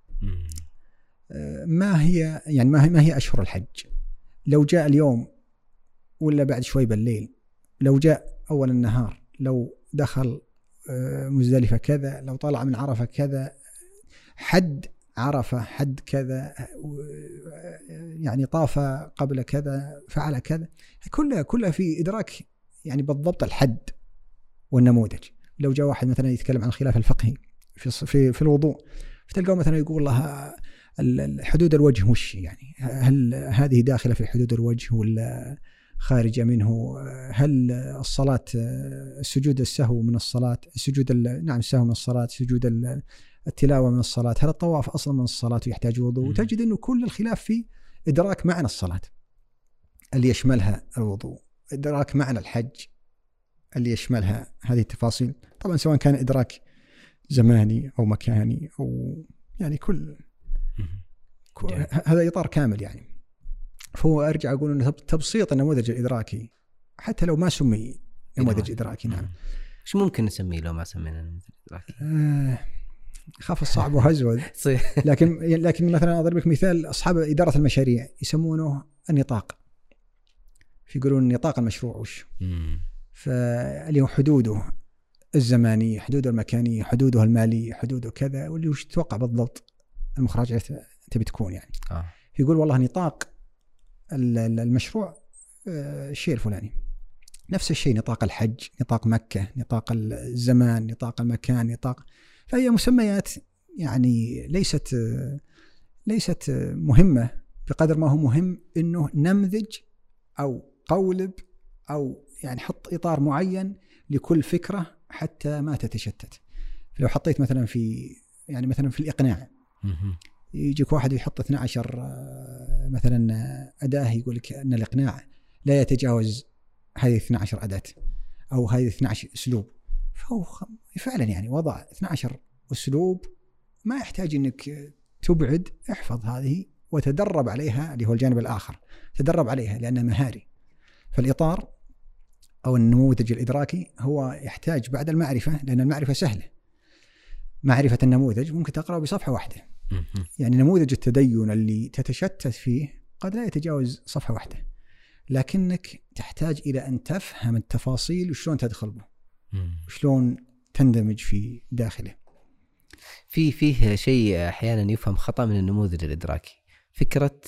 ما هي يعني ما هي أشهر الحج، لو جاء اليوم ولا بعد شوي بالليل، لو جاء أول النهار، لو دخل مزدلفة كذا، لو طلع من عرفة كذا، حد عرفة حد كذا، يعني طاف قبل كذا، فعل كذا، كلها في إدراك يعني بالضبط الحد والنموذج. لو جاء واحد مثلا يتكلم عن الخلاف الفقهي في الوضوء، فتلقاه مثلا يقول الله حدود الوجه وش يعني، هل هذه داخلة في حدود الوجه ولا خارجة منه؟ هل الصلاة سجود السهو من الصلاة، سجود نعم السهو من الصلاة، سجود التلاوة من الصلاة، هل الطواف أصلا من الصلاة ويحتاج وضوء؟ وتجد أنه كل الخلاف في إدراك معنى الصلاة اللي يشملها الوضوء، إدراك معنى الحج اللي يشملها هذه التفاصيل. طبعا سواء كان إدراك زماني أو مكاني أو يعني كل هذا إطار كامل يعني. فهو أرجع أقول أنه تبسيط النموذج الإدراكي حتى لو ما سمي نموذج إدراكي. نعم. شو ممكن نسميه لو ما سمينا نموذج إدراكي؟ خاف الصعب وهزود. لكن مثلا أضرب لك مثال، أصحاب إدارة المشاريع يسمونه النطاق، يقولون نطاق المشروع وش، فاللي هو حدوده الزمانية، حدوده المكانية، حدوده المالية، حدوده كذا، واللي وش تتوقع بالضبط المخرجات تبي تكون يعني. يقول والله نطاق المشروع الشيء الفلاني، نفس الشيء نطاق الحج، نطاق مكة، نطاق الزمان، نطاق المكان، نطاق. فهي مسميات يعني ليست مهمة بقدر ما هو مهم إنه نمذج أو قولب أو يعني حط إطار معين لكل فكرة حتى ما تتشتت. لو حطيت مثلا يعني مثلا في الإقناع، يجيك واحد يحط 12 مثلا أداة، يقول لك أن الإقناع لا يتجاوز هذه 12 أداة أو هذه 12 أسلوب. فهو فعلا يعني وضع 12 أسلوب، ما يحتاج أنك تبعد، احفظ هذه وتدرب عليها، اللي هو الجانب الآخر، تدرب عليها لأنها مهاري. فالإطار أو النموذج الإدراكي هو يحتاج بعد المعرفة، لأن المعرفة سهلة، معرفة النموذج ممكن تقرأ بصفحة واحدة. يعني نموذج التدين اللي تتشتت فيه قد لا يتجاوز صفحة واحدة، لكنك تحتاج إلى أن تفهم التفاصيل وشلون تدخل به، وشلون تندمج في داخله. فيه شيء أحيانا يفهم خطأ من النموذج الإدراكي، فكرة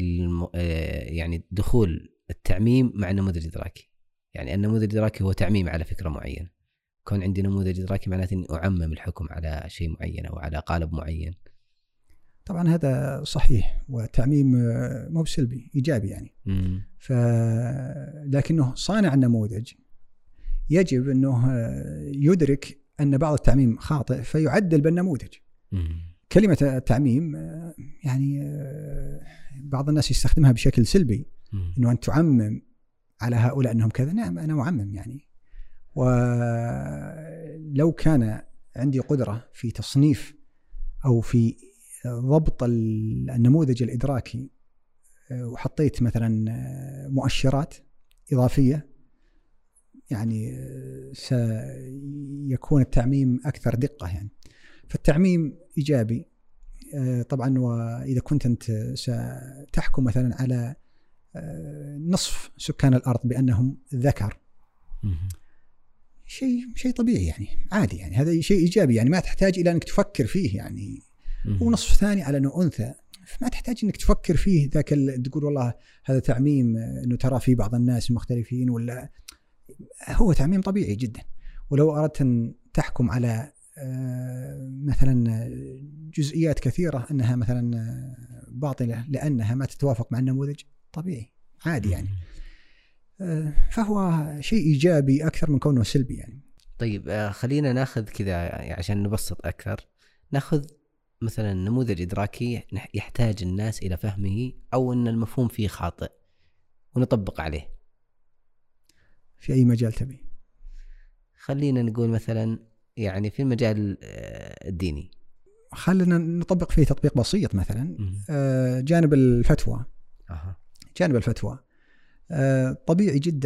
يعني دخول التعميم مع النموذج الإدراكي. يعني النموذج الإدراكي هو تعميم على فكرة معينة، كون عندي نموذج إدراكي معناته أني أعمم الحكم على شيء معين أو على قالب معين. طبعا هذا صحيح، والتعميم مو بسلبي، إيجابي يعني. لكنه صانع النموذج يجب أنه يدرك أن بعض التعميم خاطئ فيعدل بالنموذج. كلمة التعميم يعني بعض الناس يستخدمها بشكل سلبي، أنه أن تعمم على هؤلاء أنهم كذا. نعم أنا معمم يعني، ولو كان عندي قدرة في تصنيف أو في ضبط النموذج الإدراكي وحطيت مثلا مؤشرات إضافية، يعني سيكون التعميم أكثر دقة يعني. فالتعميم إيجابي طبعا. وإذا كنت أنت ستحكم مثلا على نصف سكان الأرض بأنهم ذكر، شيء طبيعي يعني، عادي يعني، هذا شيء إيجابي يعني، ما تحتاج إلى أنك تفكر فيه يعني. ونصف ثاني على أنه أنثى، ما تحتاج أنك تفكر فيه ذاك تقول والله هذا تعميم أنه ترى فيه بعض الناس مختلفين، ولا هو تعميم طبيعي جدا. ولو أردت أن تحكم على مثلا جزئيات كثيرة أنها مثلا باطلة لأنها ما تتوافق مع النموذج، طبيعي عادي يعني. فهو شيء إيجابي أكثر من كونه سلبي يعني. طيب خلينا ناخذ كذا عشان نبسط أكثر، ناخذ مثلا نموذج إدراكي يحتاج الناس إلى فهمه أو أن المفهوم فيه خاطئ ونطبق عليه في أي مجال تبي. خلينا نقول مثلا يعني في المجال الديني، خلينا نطبق فيه تطبيق بسيط مثلا. جانب الفتوى. جانب الفتوى طبيعي جدا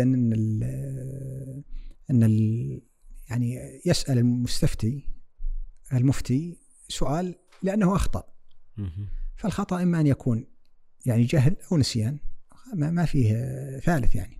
أن يعني يسأل المفتي سؤال لأنه أخطأ. فالخطأ إما أن يكون يعني جهل أو نسيان، ما فيه ثالث يعني.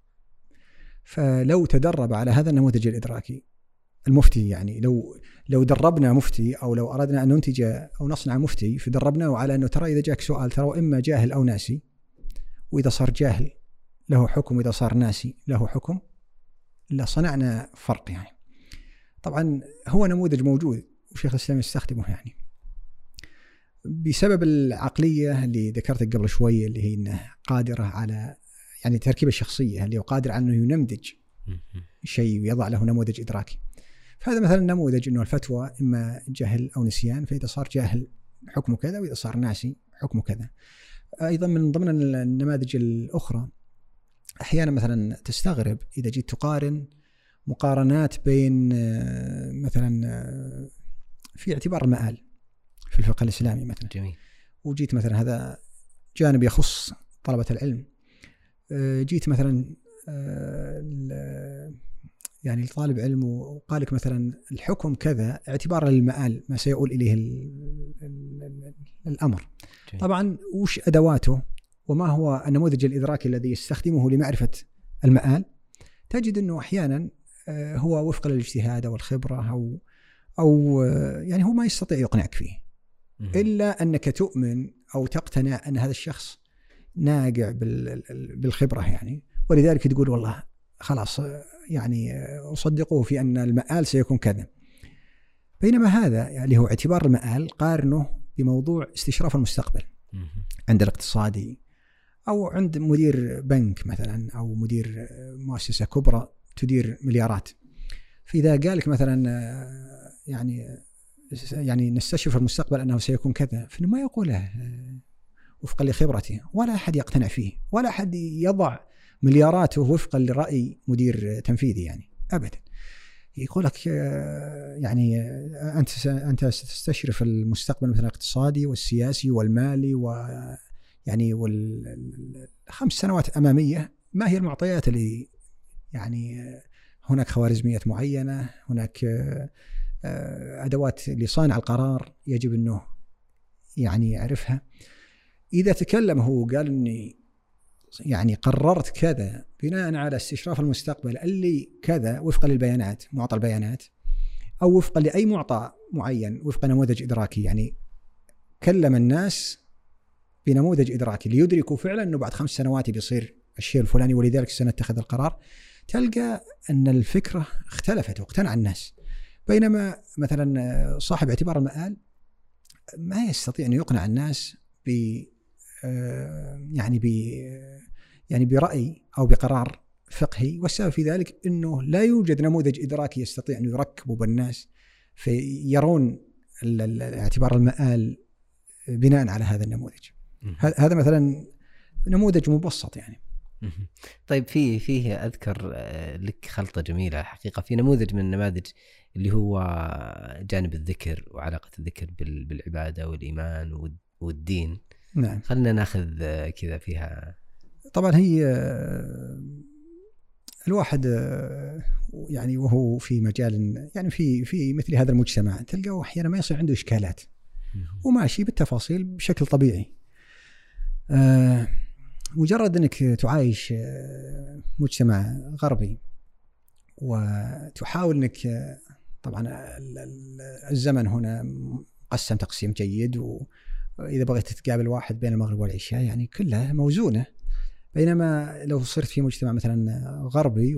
فلو تدرب على هذا النموذج الإدراكي المفتي، يعني لو دربنا مفتي، أو لو أردنا أن ننتج أو نصنع مفتي فدربناه على أنه ترى إذا جاك سؤال ترى إما جاهل أو ناسي، وإذا صار جاهل له حكم وإذا صار ناسي له حكم، لا صنعنا فرق يعني. طبعا هو نموذج موجود وشيخ الإسلام يستخدمه يعني بسبب العقلية اللي ذكرتك قبل شوية، اللي هي إنه قادرة على يعني تركيب الشخصية، اللي هو قادر على أنه ينمذج شيء ويضع له نموذج إدراكي. فهذا مثلا نموذج إنه الفتوى إما جهل أو نسيان، فإذا صار جاهل حكمه كذا وإذا صار ناسي حكمه كذا. أيضا من ضمن النماذج الأخرى أحيانا مثلا تستغرب إذا جيت تقارن مقارنات بين مثلا في اعتبار المآل في الفقه الإسلامي مثلا. جميل. وجيت مثلا هذا جانب يخص طلبة العلم، جيت مثلا يعني طالب علم وقال لك مثلا الحكم كذا اعتبارا للمآل ما سيؤول إليه الأمر. جميل. طبعا وش أدواته وما هو النموذج الإدراكي الذي يستخدمه لمعرفة المآل، تجد أنه أحيانا هو وفق الاجتهاد أو الخبرة أو يعني هو ما يستطيع يقنعك فيه إلا أنك تؤمن أو تقتنع أن هذا الشخص ناقع بالخبرة يعني، ولذلك تقول والله خلاص يعني أصدقه في أن المآل سيكون كذا. بينما هذا يعني هو اعتبار المآل قارنه بموضوع استشراف المستقبل عند الاقتصادي أو عند مدير بنك مثلا أو مدير مؤسسة كبرى تدير مليارات. فإذا قال لك مثلا يعني نستشرف المستقبل أنه سيكون كذا، فإنه ما يقوله وفقا لخبرته، ولا أحد يقتنع فيه، ولا أحد يضع ملياراته وفقا لرأي مدير تنفيذي يعني أبدا. يقول لك يعني أنت ستستشرف المستقبل مثلا الاقتصادي والسياسي والمالي ويعني 5 سنوات أمامية، ما هي المعطيات اللي يعني هناك خوارزميات معينة، هناك أدوات لصانع القرار يجب أنه يعني يعرفها. إذا تكلم هو قال أني يعني قررت كذا بناء على استشراف المستقبل اللي كذا وفقا للبيانات، معطى البيانات، أو وفقا لأي معطى معين وفق نموذج إدراكي، يعني كلم الناس بنموذج إدراكي ليدركوا فعلا أنه بعد 5 سنوات بيصير الشيء الفلاني ولذلك سنتخذ القرار. تلقى أن الفكرة اختلفت واقتنع الناس. بينما مثلا صاحب اعتبار المآل ما يستطيع أن يقنع الناس يعني برأي أو بقرار فقهي، والسبب في ذلك أنه لا يوجد نموذج إدراكي يستطيع أن يركبه بالناس فيرون اعتبار المآل بناء على هذا النموذج. هذا مثلا نموذج مبسط يعني. طيب فيه أذكر لك خلطة جميلة حقيقة في نموذج من النماذج اللي هو جانب الذكر وعلاقة الذكر بالعبادة والإيمان والدين. نعم. خلنا ناخذ كذا فيها. طبعا هي الواحد يعني وهو في مجال يعني في مثل هذا المجتمع تلقاه أحيانا ما يصير عنده إشكالات وماشي بالتفاصيل بشكل طبيعي. مجرد أنك تعايش مجتمع غربي وتحاول أنك طبعا الزمن هنا مقسم تقسيم جيد، وإذا بغيت تتقابل واحد بين المغرب والعشاء يعني كلها موزونة، بينما لو صرت في مجتمع مثلا غربي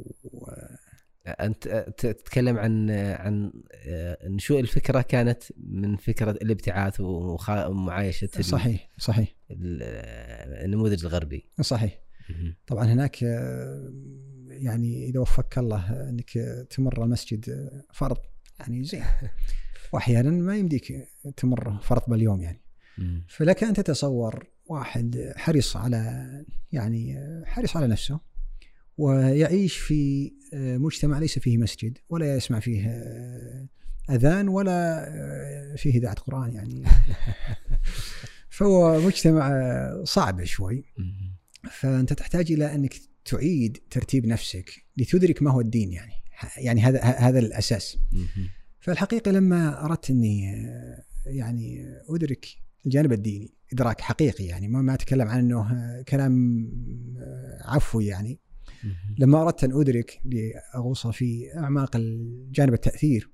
أنت تتكلم عن نشوء الفكرة كانت من فكرة الابتعاث ومعايشة صحيح النموذج الغربي. صحيح. طبعا هناك يعني إذا وفقك الله أنك تمر المسجد فرض يعني زين، وأحيانا ما يمديك تمر فرض باليوم يعني. فلك أن تتصور واحد حريص على نفسه ويعيش في مجتمع ليس فيه مسجد ولا يسمع فيه أذان ولا فيه إذاعة قرآن يعني فهو مجتمع صعب شوي. فأنت تحتاج إلى أنك تعيد ترتيب نفسك لتدرك ما هو الدين يعني هذا الأساس. فالحقيقة لما أردت أني يعني أدرك الجانب الديني إدراك حقيقي يعني ما أتكلم عن أنه كلام عفوي يعني، لما أردت أن أدرك لأغوص في أعماق الجانب التأثير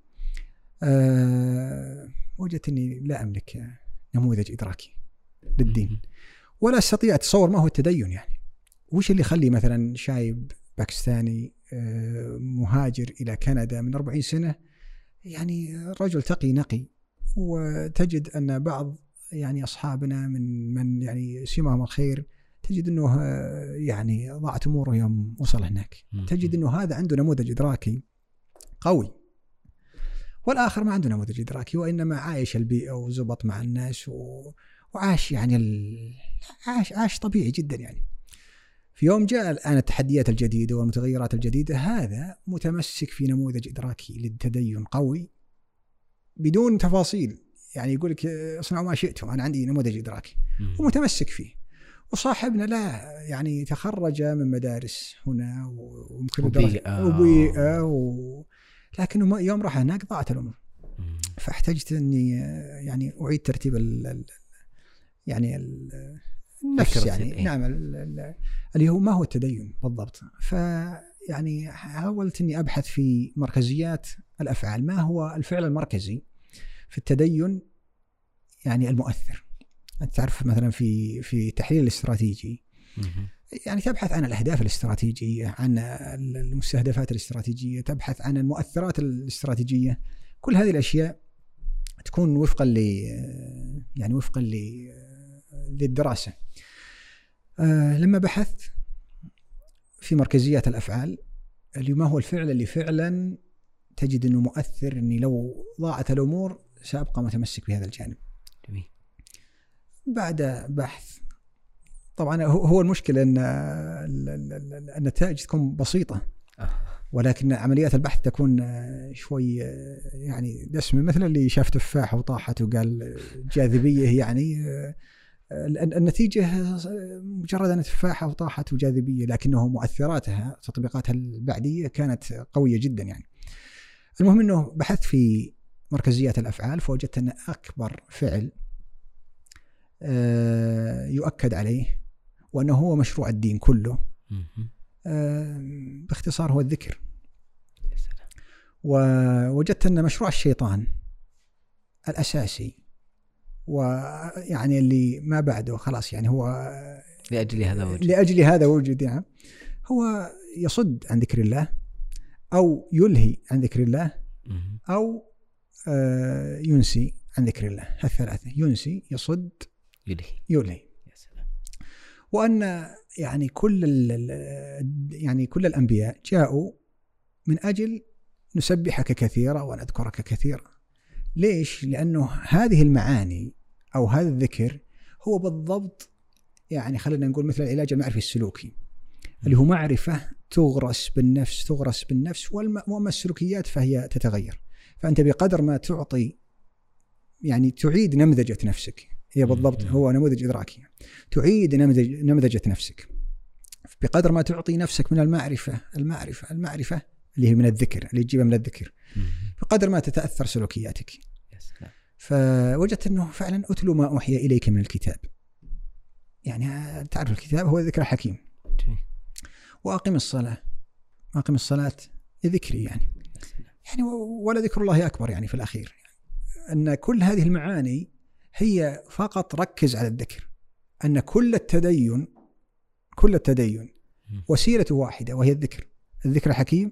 وجدت أني لا أملك نموذج إدراكي للدين ولا أستطيع أتصور ما هو التدين يعني. وش اللي يخلي مثلا شايب باكستاني مهاجر إلى كندا من 40 سنة يعني رجل تقي نقي، وتجد أن بعض يعني أصحابنا من يعني سماهم الخير تجد أنه يعني ضاعت أموره يوم وصل هناك. تجد أنه هذا عنده نموذج إدراكي قوي، والآخر ما عنده نموذج إدراكي وإنما عايش البيئة وزبط مع الناس وعاش يعني عاش طبيعي جدا يعني. في يوم جاء الآن التحديات الجديدة والمتغيرات الجديدة، هذا متمسك في نموذج إدراكي للتدين قوي بدون تفاصيل يعني، يقول لك اصنعوا ما شئتم أنا عندي نموذج إدراكي ومتمسك فيه. وصاحبنا لا يعني تخرج من مدارس هنا وممكن وبيئة لكنه يوم راح هناك ضاعت الأمور. فاحتجت أني يعني أعيد ترتيب يعني النفس يعني نعم اللي هو ما هو التدين بالضبط. فيعني حاولت أني أبحث في مركزيات الأفعال، ما هو الفعل المركزي في التدين يعني المؤثر. أنت تعرف مثلا في تحليل الاستراتيجي يعني تبحث عن الأهداف الاستراتيجية، عن المستهدفات الاستراتيجية، تبحث عن المؤثرات الاستراتيجية. كل هذه الأشياء تكون وفقا للدراسة. لما بحثت في مركزيات الأفعال اللي ما هو الفعل اللي فعلا تجد أنه مؤثر، أني لو ضاعت الأمور سأبقى متمسك بهذا الجانب. جميل. بعد بحث طبعا هو المشكلة أن النتائج تكون بسيطة، ولكن عمليات البحث تكون شوي يعني دسمة، مثل اللي شاف تفاحة وطاحت وقال جاذبية يعني النتيجة مجرد أن تفاحة وطاحت وجاذبية، لكنه مؤثراتها تطبيقاتها البعدية كانت قوية جدا يعني. المهم أنه بحثت في مركزيات الأفعال فوجدت أن أكبر فعل يؤكد عليه وأنه هو مشروع الدين كله باختصار هو الذكر. ووجدت أن مشروع الشيطان الأساسي ويعني اللي ما بعده خلاص يعني هو لأجل هذا وجد يعني هو يصد عن ذكر الله أو يلهي عن ذكر الله أو ينسي عن ذكر الله، الثلاثة: ينسي، يصد، يلهي. وأن يعني كل الأنبياء جاءوا من أجل نسبحك كثيرا ونذكرك كثيرا. ليش؟ لأنه هذه المعاني أو هذا الذكر هو بالضبط يعني خلينا نقول مثل العلاج المعرفي السلوكي، اللي هو معرفة تغرس بالنفس، وأما السلوكيات فهي تتغير. فأنت بقدر ما تعطي يعني تعيد نمذجة نفسك، هي بالضبط هو نموذج إدراكي، تعيد نمذجة نفسك بقدر ما تعطي نفسك من المعرفة اللي هي من الذكر، اللي تجيبها من الذكر، بقدر ما تتأثر سلوكياتك. فوجدت أنه فعلا أتلو ما أوحي إليك من الكتاب، يعني تعرف الكتاب هو الذكر الحكيم. وأقم الصلاة لذكري، يعني ولا ذكر الله أكبر يعني في الأخير، أن كل هذه المعاني هي فقط ركز على الذكر، أن كل التدين وسيلة واحدة وهي الذكر الحكيم،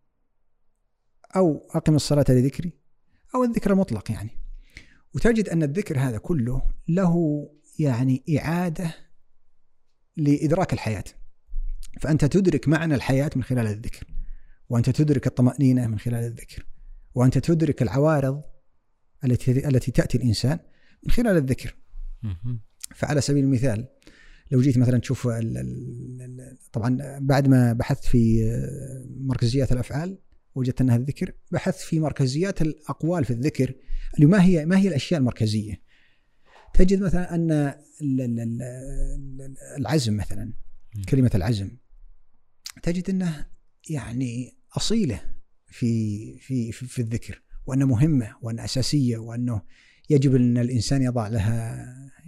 أو أقم الصلاة لذكري، أو الذكر المطلق يعني. وتجد أن الذكر هذا كله له يعني إعادة لإدراك الحياة، فأنت تدرك معنى الحياة من خلال الذكر، وأنت تدرك الطمأنينة من خلال الذكر، وأنت تدرك العوارض التي تأتي الإنسان من خلال الذكر. فعلى سبيل المثال لو جيت مثلا تشوف طبعا بعد ما بحثت في مركزيات الأفعال وجدت أنها الذكر، بحثت في مركزيات الأقوال في الذكر، اللي ما هي الأشياء المركزية. تجد مثلا أن العزم مثلا، كلمة العزم تجد أنه يعني أصيلة في الذكر، وأنه مهمة وأنه أساسية، وأنه يجب أن الإنسان يضع لها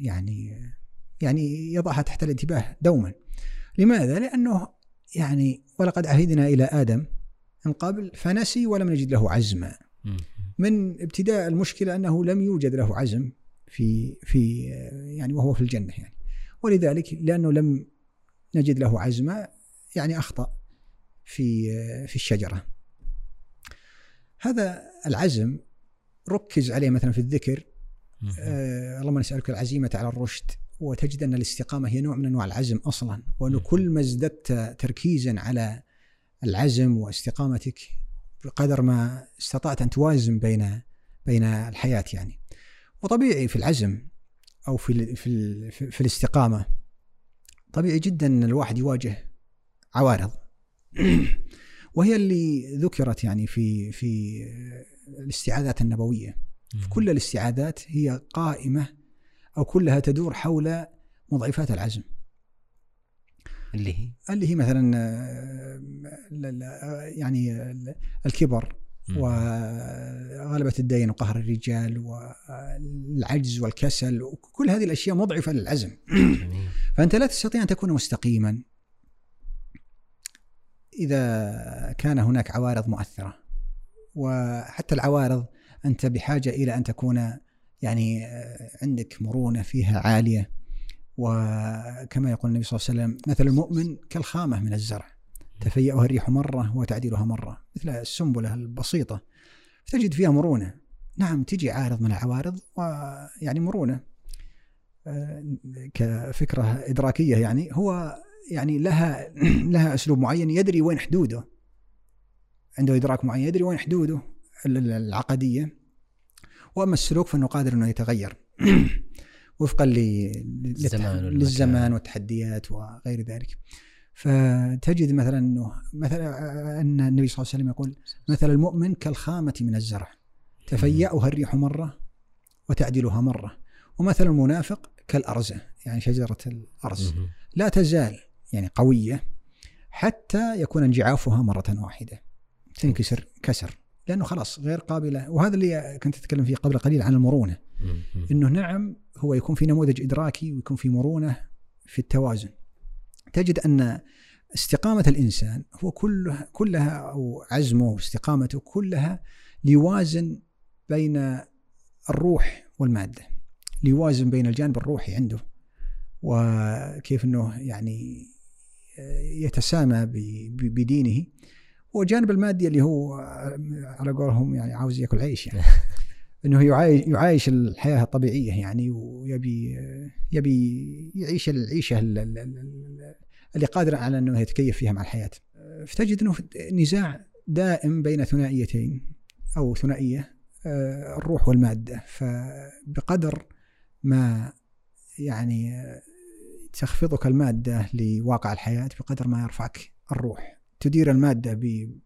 يعني يضعها تحت الانتباه دوما. لماذا؟ لأنه يعني ولقد عهدنا إلى آدم من قبل فنسي ولم نجد له عزما. من ابتداء المشكلة أنه لم يوجد له عزم في يعني وهو في الجنة يعني، ولذلك لأنه لم نجد له عزما يعني أخطأ في الشجرة. هذا العزم ركز عليه مثلا في الذكر، اللهم نسألك العزيمة على الرشد، وتجد أن الاستقامة هي نوع من أنواع العزم أصلا، وأنه كل ما ازددت تركيزا على العزم واستقامتك بقدر ما استطعت أن توازن بين الحياة يعني. وطبيعي في العزم أو في الاستقامة طبيعي جدا أن الواحد يواجه عوارض وهي اللي ذكرت يعني في الاستعاذات النبوية. كل الاستعاذات هي قائمة أو كلها تدور حول مضاعفات العزم، اللي هي مثلا يعني الكبر وغلبة الدين وقهر الرجال والعجز والكسل، وكل هذه الأشياء مضعفة للعزم. فأنت لا تستطيع أن تكون مستقيما إذا كان هناك عوارض مؤثرة، وحتى العوارض أنت بحاجة إلى أن تكون يعني عندك مرونة فيها عالية. وكما يقول النبي صلى الله عليه وسلم: مثل المؤمن كالخامة من الزرع، تفيأها الريح مرة وتعدلها مرة، مثل السنبلة البسيطة تجد فيها مرونة. نعم تجي عارض من العوارض ويعني مرونة كفكرة إدراكية، يعني هو يعني لها أسلوب معين يدري وين حدوده، عنده إدراك معين يدري وين حدوده العقدية. وأما السلوك فإنه قادر أنه يتغير وفقا للزمان والتحديات وغير ذلك. فتجد مثلا أن النبي صلى الله عليه وسلم يقول: مثل المؤمن كالخامة من الزرع، تفيأها الريح مرة وتعدلها مرة. ومثل المنافق كالأرزة، يعني شجرة الأرز لا تزال يعني قوية حتى يكون انجعافها مرة واحدة، تنكسر كسر، لأنه خلاص غير قابلة. وهذا اللي كنت أتكلم فيه قبل قليل عن المرونة، إنه نعم هو يكون في نموذج إدراكي ويكون في مرونة في التوازن. تجد أن استقامة الإنسان هو كلها أو عزمه واستقامته كلها ليوازن بين الروح والمادة، ليوازن بين الجانب الروحي عنده وكيف أنه يعني يتسامى بدينه، والجانب المادي اللي هو على قولهم يعني عاوز يأكل عيش يعني أنه يعايش الحياة الطبيعية يعني، ويبي يعيش العيشة اللي قادر على أنه يتكيف فيها مع الحياة. فتجد أنه نزاع دائم بين ثنائيتين أو ثنائية، الروح والمادة. فبقدر ما يعني تخفضك المادة لواقع الحياة بقدر ما يرفعك الروح. تدير المادة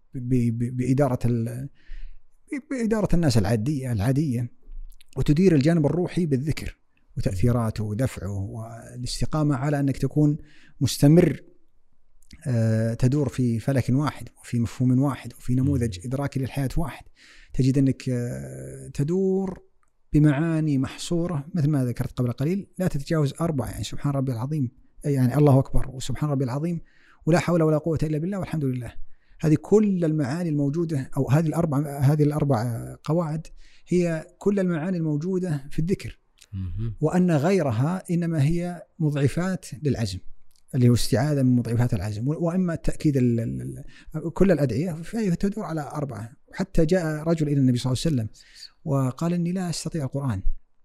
بإدارة الناس العادية، وتدير الجانب الروحي بالذكر وتأثيراته ودفعه والاستقامة على أنك تكون مستمر، تدور في فلك واحد وفي مفهوم واحد وفي نموذج إدراكي للحياة واحد. تجد أنك تدور بمعاني محصورة مثل ما ذكرت قبل قليل، لا تتجاوز 4، يعني سبحان ربي العظيم، يعني الله أكبر وسبحان ربي العظيم ولا حول ولا قوة إلا بالله والحمد لله. هذه كل المعاني الموجودة، أو هذه الأربع قواعد هي كل المعاني الموجودة في الذكر، وأن غيرها إنما هي مضعفات للعزم، اللي هو استعاذة من مضعفات العزم، وإما تأكيد كل الأدعية فهي تدور على 4. وحتى جاء رجل إلى النبي صلى الله عليه وسلم وقال إني لا أستطيع القرآن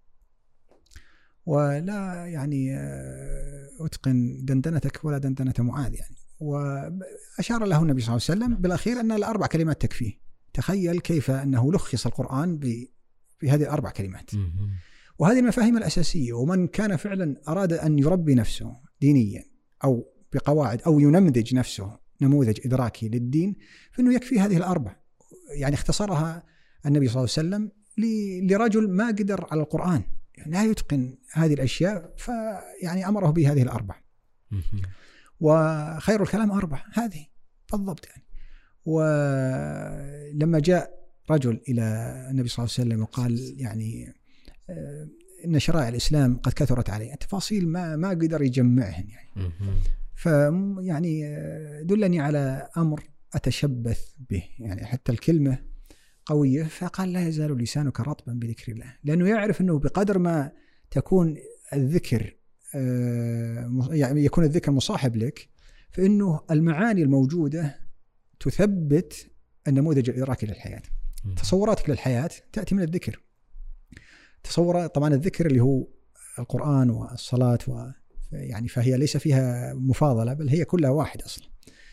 ولا يعني أتقن دندنتك ولا دندنة معاذ يعني. وأشار له النبي صلى الله عليه وسلم بالأخير أن ال4 كلمات تكفيه. تخيل كيف أنه لخص القرآن بهذه ال4 كلمات. وهذه المفاهيم الأساسية. ومن كان فعلا أراد أن يربي نفسه دينيا أو بقواعد أو ينمذج نفسه نموذج إدراكي للدين، فإنه يكفي هذه ال4. يعني اختصرها النبي صلى الله عليه وسلم لرجل ما قدر على القرآن، يعني لا يتقن هذه الأشياء، فيعني أمره بهذه ال4. وخير الكلام 4 هذه بالضبط يعني. ولما جاء رجل إلى النبي صلى الله عليه وسلم وقال يعني إن شرائع الإسلام قد كثرت علي، التفاصيل ما قدر يجمعهن يعني، فيعني دلني على أمر أتشبث به، يعني حتى الكلمة قوية. فقال لا يزال لسانك رطبا بذكر الله، لأنه يعرف أنه بقدر ما تكون الذكر يعني يكون الذكر مصاحب لك، فإنه المعاني الموجودة تثبت النموذج الإدراكي للحياة. تصوراتك للحياة تأتي من الذكر. تصور طبعا الذكر اللي هو القرآن والصلاة يعني فهي ليس فيها مفاضلة، بل هي كلها واحد أصلا.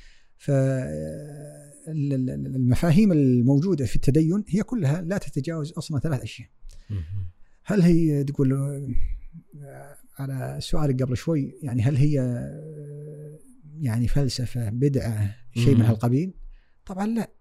فالمفاهيم الموجودة في التدين هي كلها لا تتجاوز أصلا 3 أشياء. هل هي تقول على السؤال قبل شوي يعني هل هي يعني فلسفة بدعة شيء من هالقبيل؟ طبعا لا.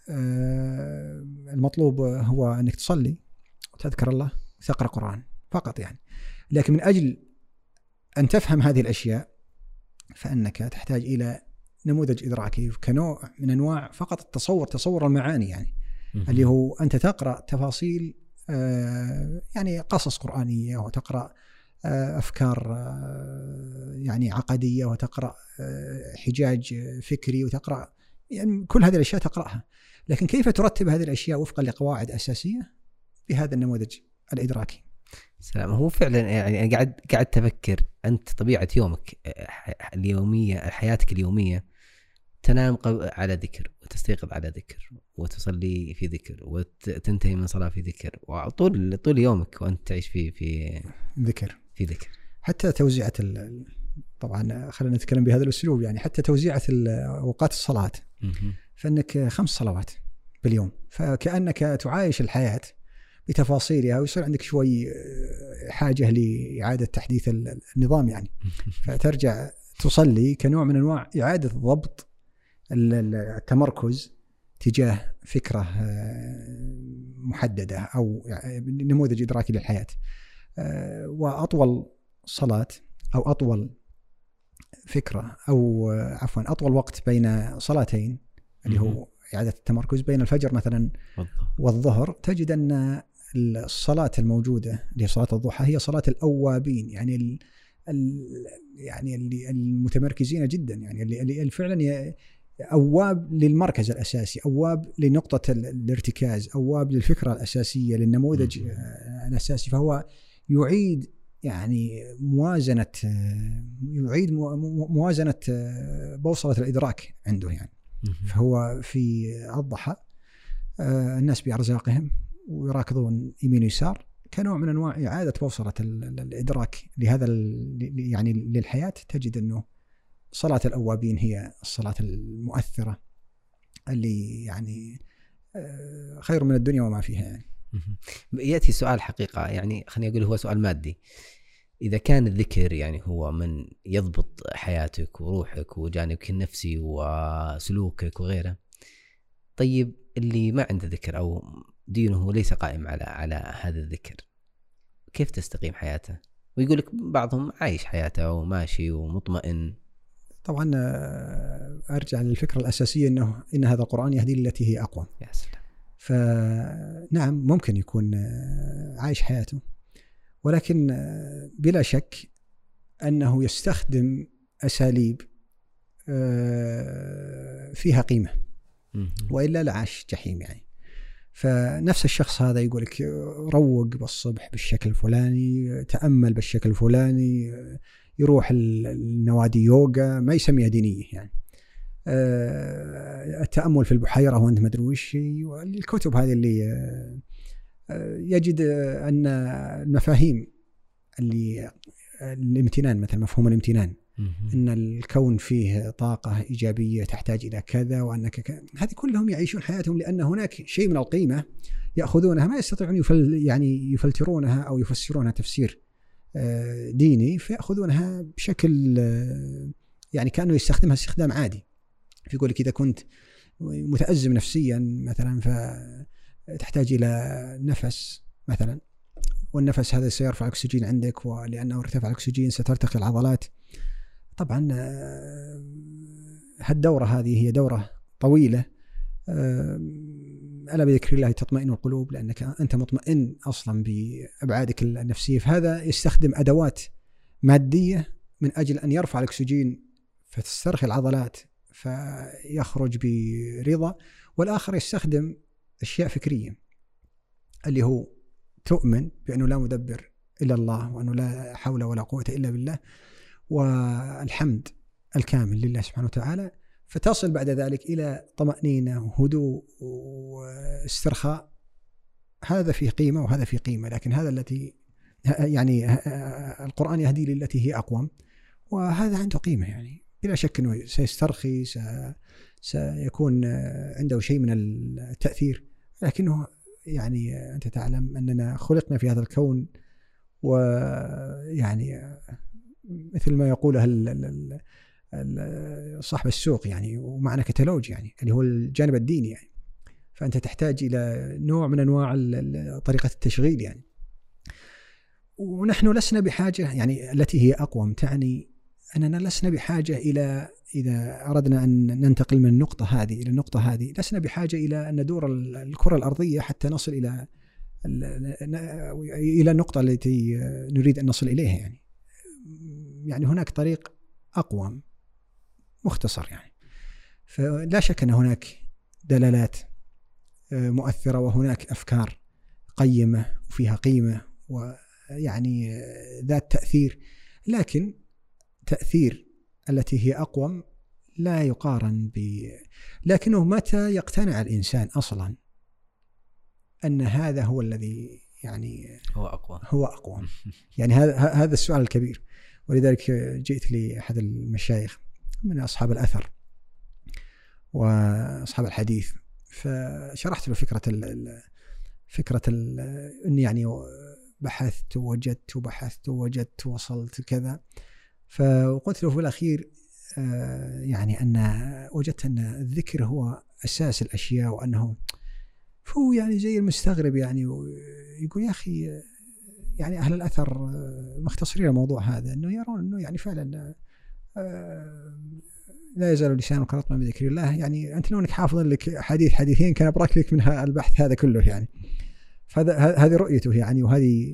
المطلوب هو أنك تصلي وتذكر الله وتقرأ قرآن فقط يعني. لكن من أجل أن تفهم هذه الأشياء فإنك تحتاج إلى نموذج إدراكي كنوع من أنواع فقط تصور المعاني يعني، اللي هو أنت تقرأ تفاصيل يعني قصص قرآنية، وتقرأ أفكار يعني عقدية، وتقرأ حجاج فكري، وتقرأ يعني كل هذه الأشياء تقرأها. لكن كيف ترتب هذه الأشياء وفقا لقواعد أساسية بهذا النموذج الإدراكي؟ سلام. هو فعلا يعني أنا قاعد تفكر، أنت طبيعة يومك اليومية، حياتك اليومية، تنام على ذكر وتستيقظ على ذكر وتصلي في ذكر وتنتهي من صلاة في ذكر، وطول يومك وأنت تعيش في ذكر. حتى توزيعة طبعا خلينا نتكلم بهذا الأسلوب يعني، حتى توزيعة أوقات الصلاة، فإنك 5 صلوات باليوم، فكأنك تعايش الحياة بتفاصيلها، ويصير عندك شوي حاجة لإعادة تحديث النظام يعني. فترجع تصلي كنوع من أنواع إعادة ضبط التمركز تجاه فكرة محددة أو نموذج إدراكي للحياة. وأطول صلاة أو أطول فكرة أو عفوا أطول وقت بين صلاتين اللي هو إعادة التمركز بين الفجر مثلا والظهر، تجد أن الصلاة الموجودة اللي هي صلاة الضحى هي صلاة الأوابين، يعني يعني اللي المتمركزين جدا، يعني اللي فعلا أواب للمركز الأساسي، أواب لنقطة الارتكاز، أواب للفكرة الأساسية للنموذج الأساسي. فهو يعيد يعني موازنة بوصلة الإدراك عنده يعني. فهو في الضحى الناس بأرزاقهم ويراكضون يمين ويسار كنوع من أنواع إعادة بوصلة الإدراك لهذا يعني للحياة. تجد أنه صلاة الأوابين هي الصلاة المؤثرة اللي يعني خير من الدنيا وما فيها يعني. يأتي سؤال حقيقة يعني خليني أقول هو سؤال مادي. إذا كان الذكر يعني هو من يضبط حياتك وروحك وجانبك النفسي وسلوكك وغيره، طيب اللي ما عنده ذكر أو دينه ليس قائم على هذا الذكر، كيف تستقيم حياته؟ ويقول لك بعضهم عايش حياته وماشي ومطمئن. طبعا أرجع للفكرة الأساسية إن هذا القرآن يهدي للتي هي أقوم. يا سلام. فنعم ممكن يكون عايش حياته، ولكن بلا شك أنه يستخدم أساليب فيها قيمة، وإلا لعاش جحيم يعني. فنفس الشخص هذا يقولك روق بالصبح بالشكل الفلاني، تأمل بالشكل الفلاني، يروح النوادي يوغا، ما يسميها دينية يعني. التأمل في البحيرة وأنت مدري وش، الكتب هذه اللي يجد أن المفاهيم اللي الامتنان، مثل مفهوم الامتنان، أن الكون فيه طاقة إيجابية تحتاج إلى كذا، وأنك هذه كلهم يعيشون حياتهم لأن هناك شيء من القيمة يأخذونها ما يستطيعون يعني يفلترونها أو يفسرونها تفسير ديني، فيأخذونها بشكل يعني كأنه يستخدمها استخدام عادي. يقول لك إذا كنت متأزم نفسيا مثلا فتحتاج إلى نفس مثلا، والنفس هذا سيرفع الأكسجين عندك، ولأنه ارتفع الأكسجين سترتقي العضلات. طبعا هالدورة هذه هي دورة طويلة، ألا بذكر الله تطمئن القلوب، لأنك أنت مطمئن أصلا بأبعادك النفسية. فهذا يستخدم أدوات مادية من أجل أن يرفع الأكسجين فتسترخي العضلات فيخرج برضا، والآخر يستخدم أشياء فكرية اللي هو تؤمن بأنه لا مدبر إلا الله، وأنه لا حول ولا قوة إلا بالله، والحمد الكامل لله سبحانه وتعالى، فتصل بعد ذلك إلى طمأنينة وهدوء واسترخاء. هذا فيه قيمة وهذا فيه قيمة، لكن هذا التي يعني القرآن يهدي للتي هي أقوم، وهذا عنده قيمة يعني بلا شك أنه سيسترخي، سيكون عنده شيء من التأثير، لكنه يعني أنت تعلم أننا خلقنا في هذا الكون، ويعني مثل ما يقوله صاحب السوق يعني، ومعنى كتالوج يعني اللي هو الجانب الديني يعني. فأنت تحتاج إلى نوع من أنواع طريقة التشغيل يعني. ونحن لسنا بحاجة يعني التي هي أقوم، تعني أننا لسنا بحاجة إلى، إذا أردنا أن ننتقل من النقطة هذه إلى النقطة هذه، لسنا بحاجة إلى أن ندور الكرة الأرضية حتى نصل إلى النقطة التي نريد أن نصل إليها يعني هناك طريق أقوم مختصر يعني. فلا شك أن هناك دلالات مؤثرة، وهناك أفكار قيمة وفيها قيمة ويعني ذات تأثير، لكن تأثير التي هي أقوم لا يقارن لكنه متى يقتنع الإنسان أصلا أن هذا هو الذي يعني هو أقوم يعني هذا السؤال الكبير. ولذلك جئت لأحد المشايخ من أصحاب الأثر وأصحاب الحديث، فشرحت له فكرة أني يعني بحثت ووجدت ووصلت كذا، فقلت له في الأخير يعني أن وجدت أن الذكر هو أساس الأشياء، وأنه هو يعني زي المستغرب يعني، يقول يا أخي يعني أهل الأثر مختصرين الموضوع هذا، أنه يرون أنه يعني فعلا لا يزال لسانك رطبا بذكر الله. يعني أنت لو أنك حافظ لك حديثين كان أبرك لك من البحث هذا كله يعني. فهذه رؤيته يعني، وهذه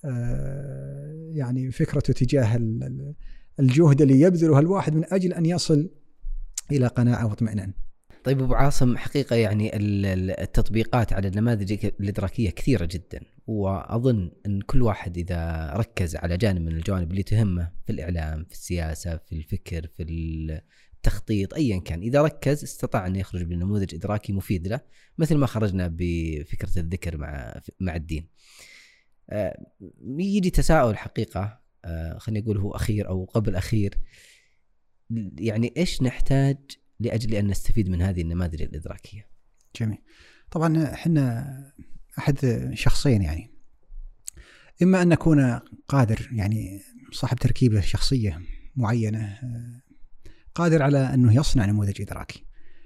يعني فكرته تجاه الجهد اللي يبذله الواحد من أجل أن يصل إلى قناعة واطمئنان. طيب أبو عاصم، حقيقة يعني التطبيقات على النماذج الإدراكية كثيرة جدا، وأظن أن كل واحد إذا ركز على جانب من الجوانب اللي تهمه في الإعلام، في السياسة، في الفكر، في تخطيط أيا كان، إذا ركز استطاع أن يخرج بنموذج إدراكي مفيد له، مثل ما خرجنا بفكرة الذكر مع الدين. يجي تساؤل حقيقة، خليني أقول هو أخير أو قبل أخير، يعني إيش نحتاج لأجل أن نستفيد من هذه النماذج الإدراكية؟ جميل. طبعا احنا أحد شخصين، يعني إما أن نكون قادر، يعني صاحب تركيبة شخصية معينة قادر على أنه يصنع نموذج إدراكي،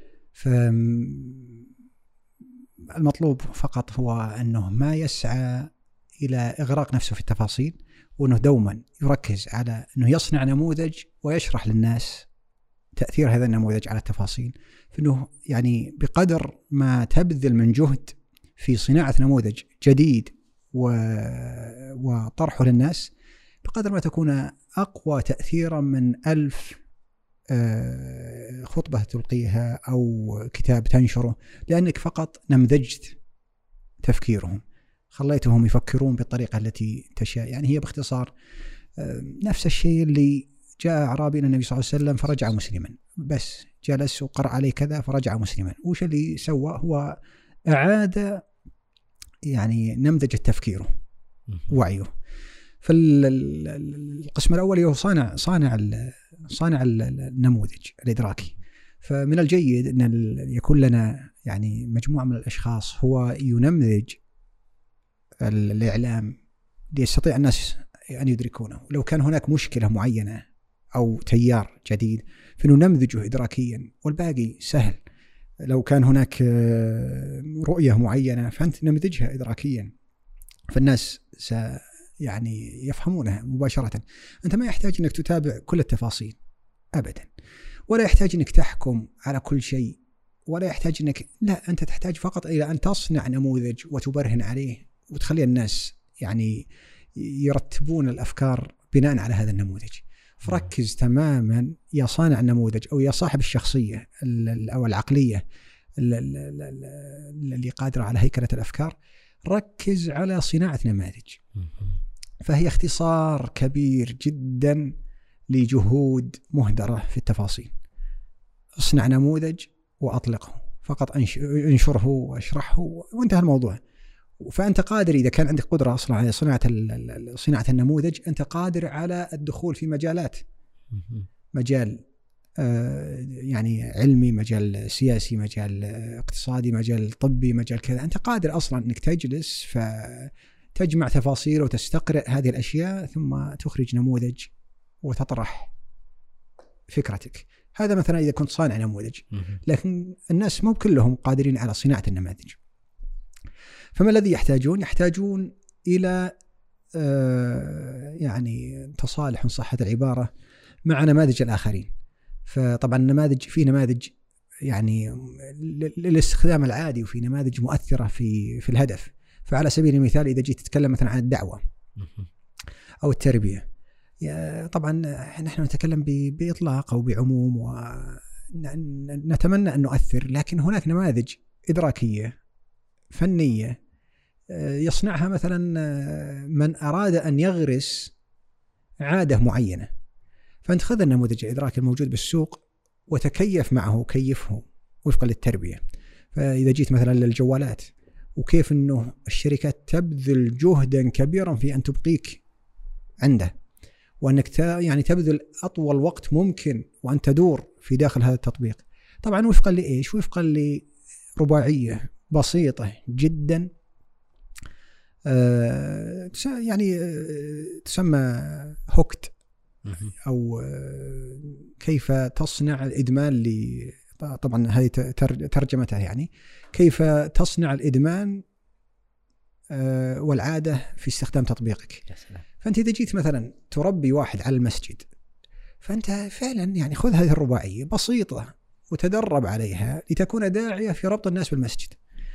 فالمطلوب فقط هو أنه ما يسعى إلى إغراق نفسه في التفاصيل، وأنه دوما يركز على أنه يصنع نموذج ويشرح للناس تأثير هذا النموذج على التفاصيل. فإنه يعني بقدر ما تبذل من جهد في صناعة نموذج جديد وطرحه للناس، بقدر ما تكون أقوى تأثيرا من 1000 خطبة تلقيها أو كتاب تنشره، لأنك فقط نمذجت تفكيرهم، خليتهم يفكرون بالطريقة التي تشاء. يعني هي باختصار نفس الشيء اللي جاء أعرابي إلى النبي صلى الله عليه وسلم فرجع مسلما، بس جلس وقرأ عليه كذا فرجع مسلما. وش اللي سوى؟ هو أعاد يعني نمذج تفكيره وعيه. فالقسم الأول هو صانع النموذج الإدراكي. فمن الجيد أن يكون لنا يعني مجموعة من الأشخاص هو ينمذج الإعلام ليستطيع الناس أن يدركونه. لو كان هناك مشكلة معينة أو تيار جديد فننمذجه إدراكيا، والباقي سهل. لو كان هناك رؤية معينة فأنت نمذجها إدراكيا، فالناس يعني يفهمونها مباشرة. أنت ما يحتاج أنك تتابع كل التفاصيل أبدا، ولا يحتاج أنك تحكم على كل شيء، ولا يحتاج أنك، لا، أنت تحتاج فقط إلى أن تصنع نموذج وتبرهن عليه وتخلي الناس يعني يرتبون الأفكار بناء على هذا النموذج. فركز تماما يا صانع النموذج أو يا صاحب الشخصية أو العقلية اللي قادرة على هيكلة الأفكار، ركز على صناعة نماذج. فهي اختصار كبير جدا لجهود مهدرة في التفاصيل. اصنع نموذج وأطلقه، فقط انشره واشرحه وانتهى الموضوع. فأنت قادر، إذا كان عندك قدرة أصلا على صناعة النموذج، أنت قادر على الدخول في مجالات، مجال يعني علمي، مجال سياسي، مجال اقتصادي، مجال طبي، مجال كذا. أنت قادر أصلا أنك تجلس فتجمع تفاصيل وتستقرئ هذه الأشياء ثم تخرج نموذج وتطرح فكرتك. هذا مثلا إذا كنت صانع نموذج. لكن الناس مو كلهم قادرين على صناعة النماذج. فما الذي يحتاجون إلى يعني تصالح، صحة العبارة، مع نماذج الآخرين. فطبعا في نماذج يعني للاستخدام العادي، وفي نماذج مؤثرة في الهدف. فعلى سبيل المثال إذا جيت تتكلم مثلا عن الدعوة أو التربية، طبعا نحن نتكلم بإطلاق أو بعموم ونتمنى أن نؤثر، لكن هناك نماذج إدراكية فنية يصنعها مثلا من أراد أن يغرس عادة معينة. فأنت خذ النموذج الإدراكي الموجود بالسوق وتكيف معه، كيفه وفقا للتربية. فإذا جيت مثلا للجوالات، وكيف أنه الشركات تبذل جهدا كبيرا في أن تبقيك عنده، وأنك يعني تبذل أطول وقت ممكن وأن تدور في داخل هذا التطبيق. طبعا وفقا لإيش؟ وفقا لرباعية بسيطة جدا يعني تسمى هوكت، أو كيف تصنع الإدمان. طبعا هذه ترجمتها يعني كيف تصنع الإدمان والعادة في استخدام تطبيقك. فأنت إذا جيت مثلا تربي واحد على المسجد، فأنت فعلا يعني خذ هذه الرباعية بسيطة وتدرب عليها لتكون داعية في ربط الناس بالمسجد.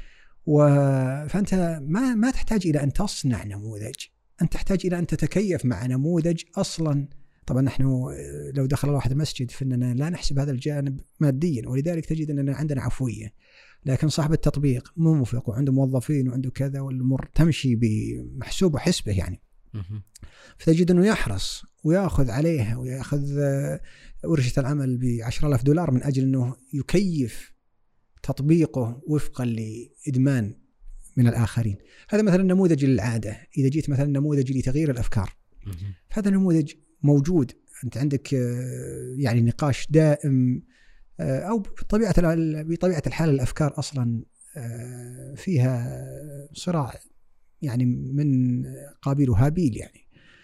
فأنت ما تحتاج إلى أن تصنع نموذج، أنت تحتاج إلى أن تتكيف مع نموذج أصلا. طبعا نحن لو دخل واحد المسجد فإننا لا نحسب هذا الجانب ماديا، ولذلك تجد أننا عندنا عفوية. لكن صاحب التطبيق منفق وعنده موظفين وعنده كذا، والأمور تمشي بمحسوب وحسبه يعني. فتجد أنه يحرص ويأخذ عليها ويأخذ ورشة العمل $10,000 من أجل أنه يكيف تطبيقه وفقا لإدمان من الآخرين. هذا مثلا نموذج للعادة. إذا جيت مثلا نموذج لتغيير الأفكار، هذا نموذج موجود. أنت عندك يعني نقاش دائم، أو بطبيعة الحال الأفكار أصلا فيها صراع يعني من قابيل وهابيل يعني.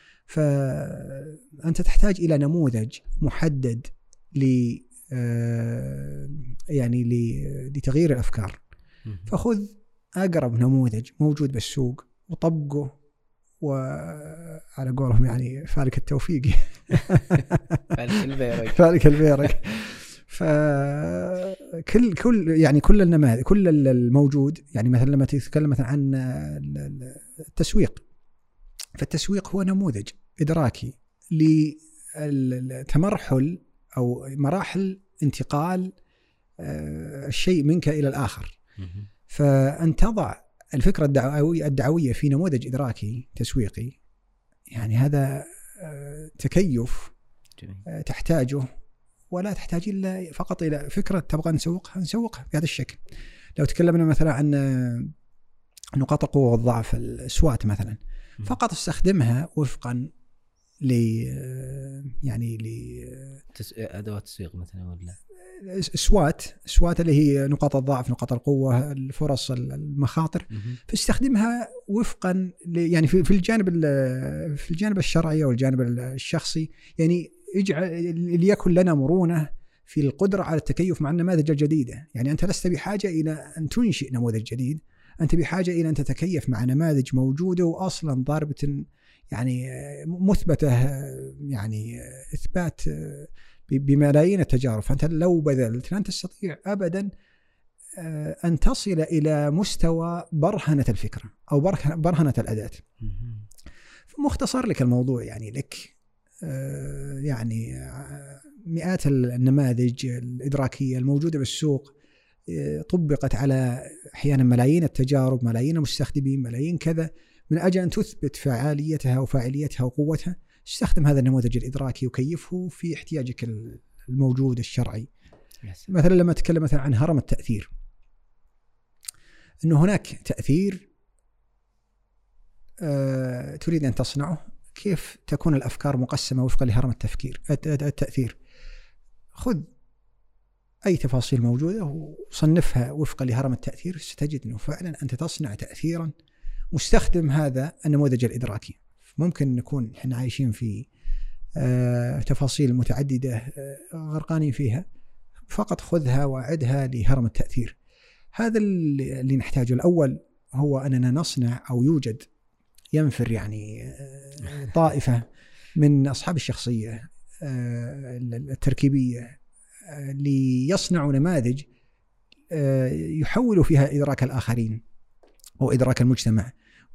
فأنت تحتاج إلى نموذج محدد يعني لتغيير الأفكار. فخذ أقرب نموذج موجود بالسوق وطبقه، وعلى قولهم يعني فالك التوفيق فالك البيرك. فكل يعني كل النماذج، كل الموجود يعني مثلا لما تتكلم مثلا عن التسويق، فالتسويق هو نموذج إدراكي لتمرحل أو مراحل انتقال الشيء منك إلى الآخر. فأن تضع الفكرة الدعوية في نموذج إدراكي تسويقي، يعني هذا تكيف تحتاجه، ولا تحتاج إلا فقط إلى فكرة تبغى نسوقها بهذا الشكل. لو تكلمنا مثلا عن نقاط القوة والضعف، السوات مثلا، فقط استخدمها وفقا يعني أدوات تسويق مثلا، ولا سوات اللي هي نقاط الضعف، نقاط القوة، الفرص، المخاطر، فاستخدمها وفقا يعني في الجانب الشرعي والجانب الشخصي. يعني ليكن لنا مرونة في القدرة على التكيف مع النماذج الجديدة. يعني أنت لست بحاجة إلى أن تنشئ نموذج جديد، أنت بحاجة إلى أن تتكيف مع نماذج موجودة وأصلا ضاربة يعني مثبتة، يعني إثبات بملايين التجارب. فأنت لو بذلت لن تستطيع أبدا أن تصل إلى مستوى برهنة الفكرة أو برهنة الأداة. مختصر لك الموضوع، يعني لك يعني مئات النماذج الإدراكية الموجودة بالسوق، طبقت على أحيانا ملايين التجارب، ملايين المستخدمين، ملايين كذا، من أجل أن تثبت فعاليتها وفاعليتها وقوتها. استخدم هذا النموذج الإدراكي وكيفه في احتياجك الموجود الشرعي. مثلا لما أتكلم مثلا عن هرم التأثير، أنه هناك تأثير تريد أن تصنعه، كيف تكون الأفكار مقسمة وفقا لهرم التأثير. خذ أي تفاصيل موجودة وصنفها وفقا لهرم التأثير، ستجد أنه فعلا أنت تصنع تأثيرا مستخدم هذا النموذج الإدراكي. ممكن نكون احنا عايشين في تفاصيل متعددة غرقانين فيها، فقط خذها وعدها لهرم التأثير. هذا اللي نحتاجه. الأول هو أننا نصنع أو يوجد ينفر يعني طائفة من أصحاب الشخصية التركيبية ليصنعوا نماذج يحولوا فيها إدراك الآخرين أو إدراك المجتمع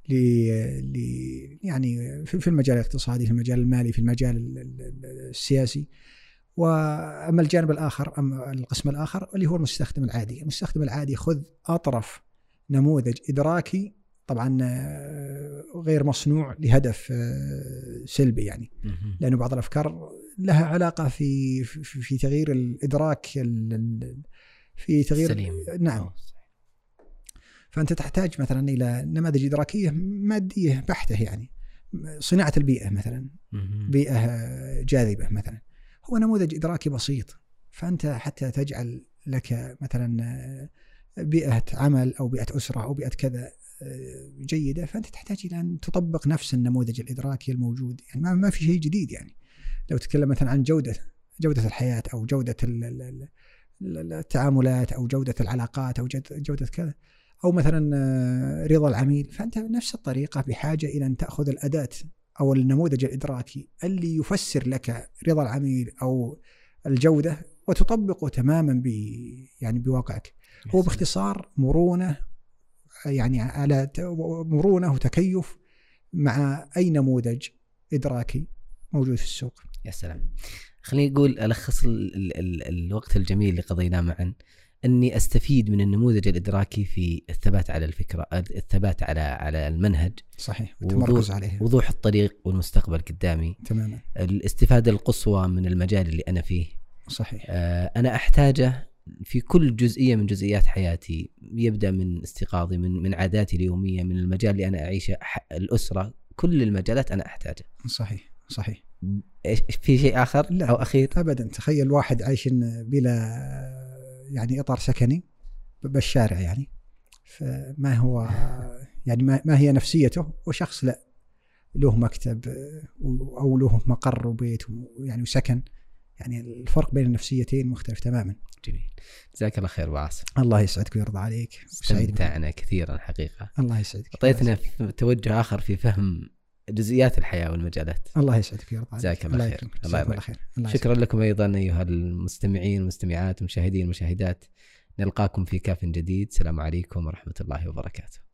يعني في المجال الاقتصادي، في المجال المالي، في المجال السياسي. وأما الجانب الآخر، أما القسم الآخر اللي هو المستخدم العادي. المستخدم العادي خذ أطرف نموذج إدراكي، طبعا غير مصنوع لهدف سلبي يعني، لأنه بعض الأفكار لها علاقة في تغيير الإدراك، في تغيير سليم. نعم. فأنت تحتاج مثلا إلى نماذج إدراكية مادية بحتة، يعني صناعة البيئة مثلا، بيئة جاذبة مثلا، هو نموذج إدراكي بسيط. فأنت حتى تجعل لك مثلا بيئة عمل أو بيئة أسرة أو بيئة كذا جيدة، فأنت تحتاج إلى أن تطبق نفس النموذج الإدراكي الموجود. يعني ما في شيء جديد. يعني لو تتكلم مثلا عن جودة الحياة أو جودة التعاملات أو جودة العلاقات أو جودة كذا، أو مثلا رضا العميل، فأنت بنفس الطريقة بحاجة إلى أن تأخذ الأداة أو النموذج الإدراكي اللي يفسر لك رضا العميل أو الجودة وتطبقه تماما يعني بواقعك. هو باختصار مرونة، يعني على مرونة وتكيف مع أي نموذج إدراكي موجود في السوق. يا سلام. خليني أقول ألخص الوقت الجميل اللي قضيناه معا. أني أستفيد من النموذج الإدراكي في الثبات على الفكرة، الثبات على المنهج، صحيح، والتمركز عليه، وضوح الطريق والمستقبل قدامي تماما، الاستفادة القصوى من المجال اللي أنا فيه. صحيح. أنا أحتاجه في كل جزئية من جزئيات حياتي، يبدأ من استيقاظي، من عاداتي اليومية، من المجال اللي أنا أعيشه، الأسرة، كل المجالات أنا أحتاجه. صحيح صحيح. في شيء آخر لا أو أخير؟ أبدا. تخيل واحد عايش بلا يعني إطار سكني بالشارع، يعني فما هو يعني ما هي نفسيته، وشخص لا له مكتب أو له مقر وبيت يعني وسكن، يعني الفرق بين النفسيتين مختلف تماما. جميل، جزاك الله خير وعاصم. الله يسعدك ويرضى عليك. استمتعنا كثيرا حقيقة. الله يسعدك. أعطيتنا توجه آخر في فهم جزئيات الحياة والمجالات. الله يسعدك ويرضى عليك. جزاك الله خير. الله يرضى خير. شكرا لكم أيضا أيها المستمعين والمستمعات والمشاهدين والمشاهدات. نلقاكم في كاف جديد. السلام عليكم ورحمة الله وبركاته.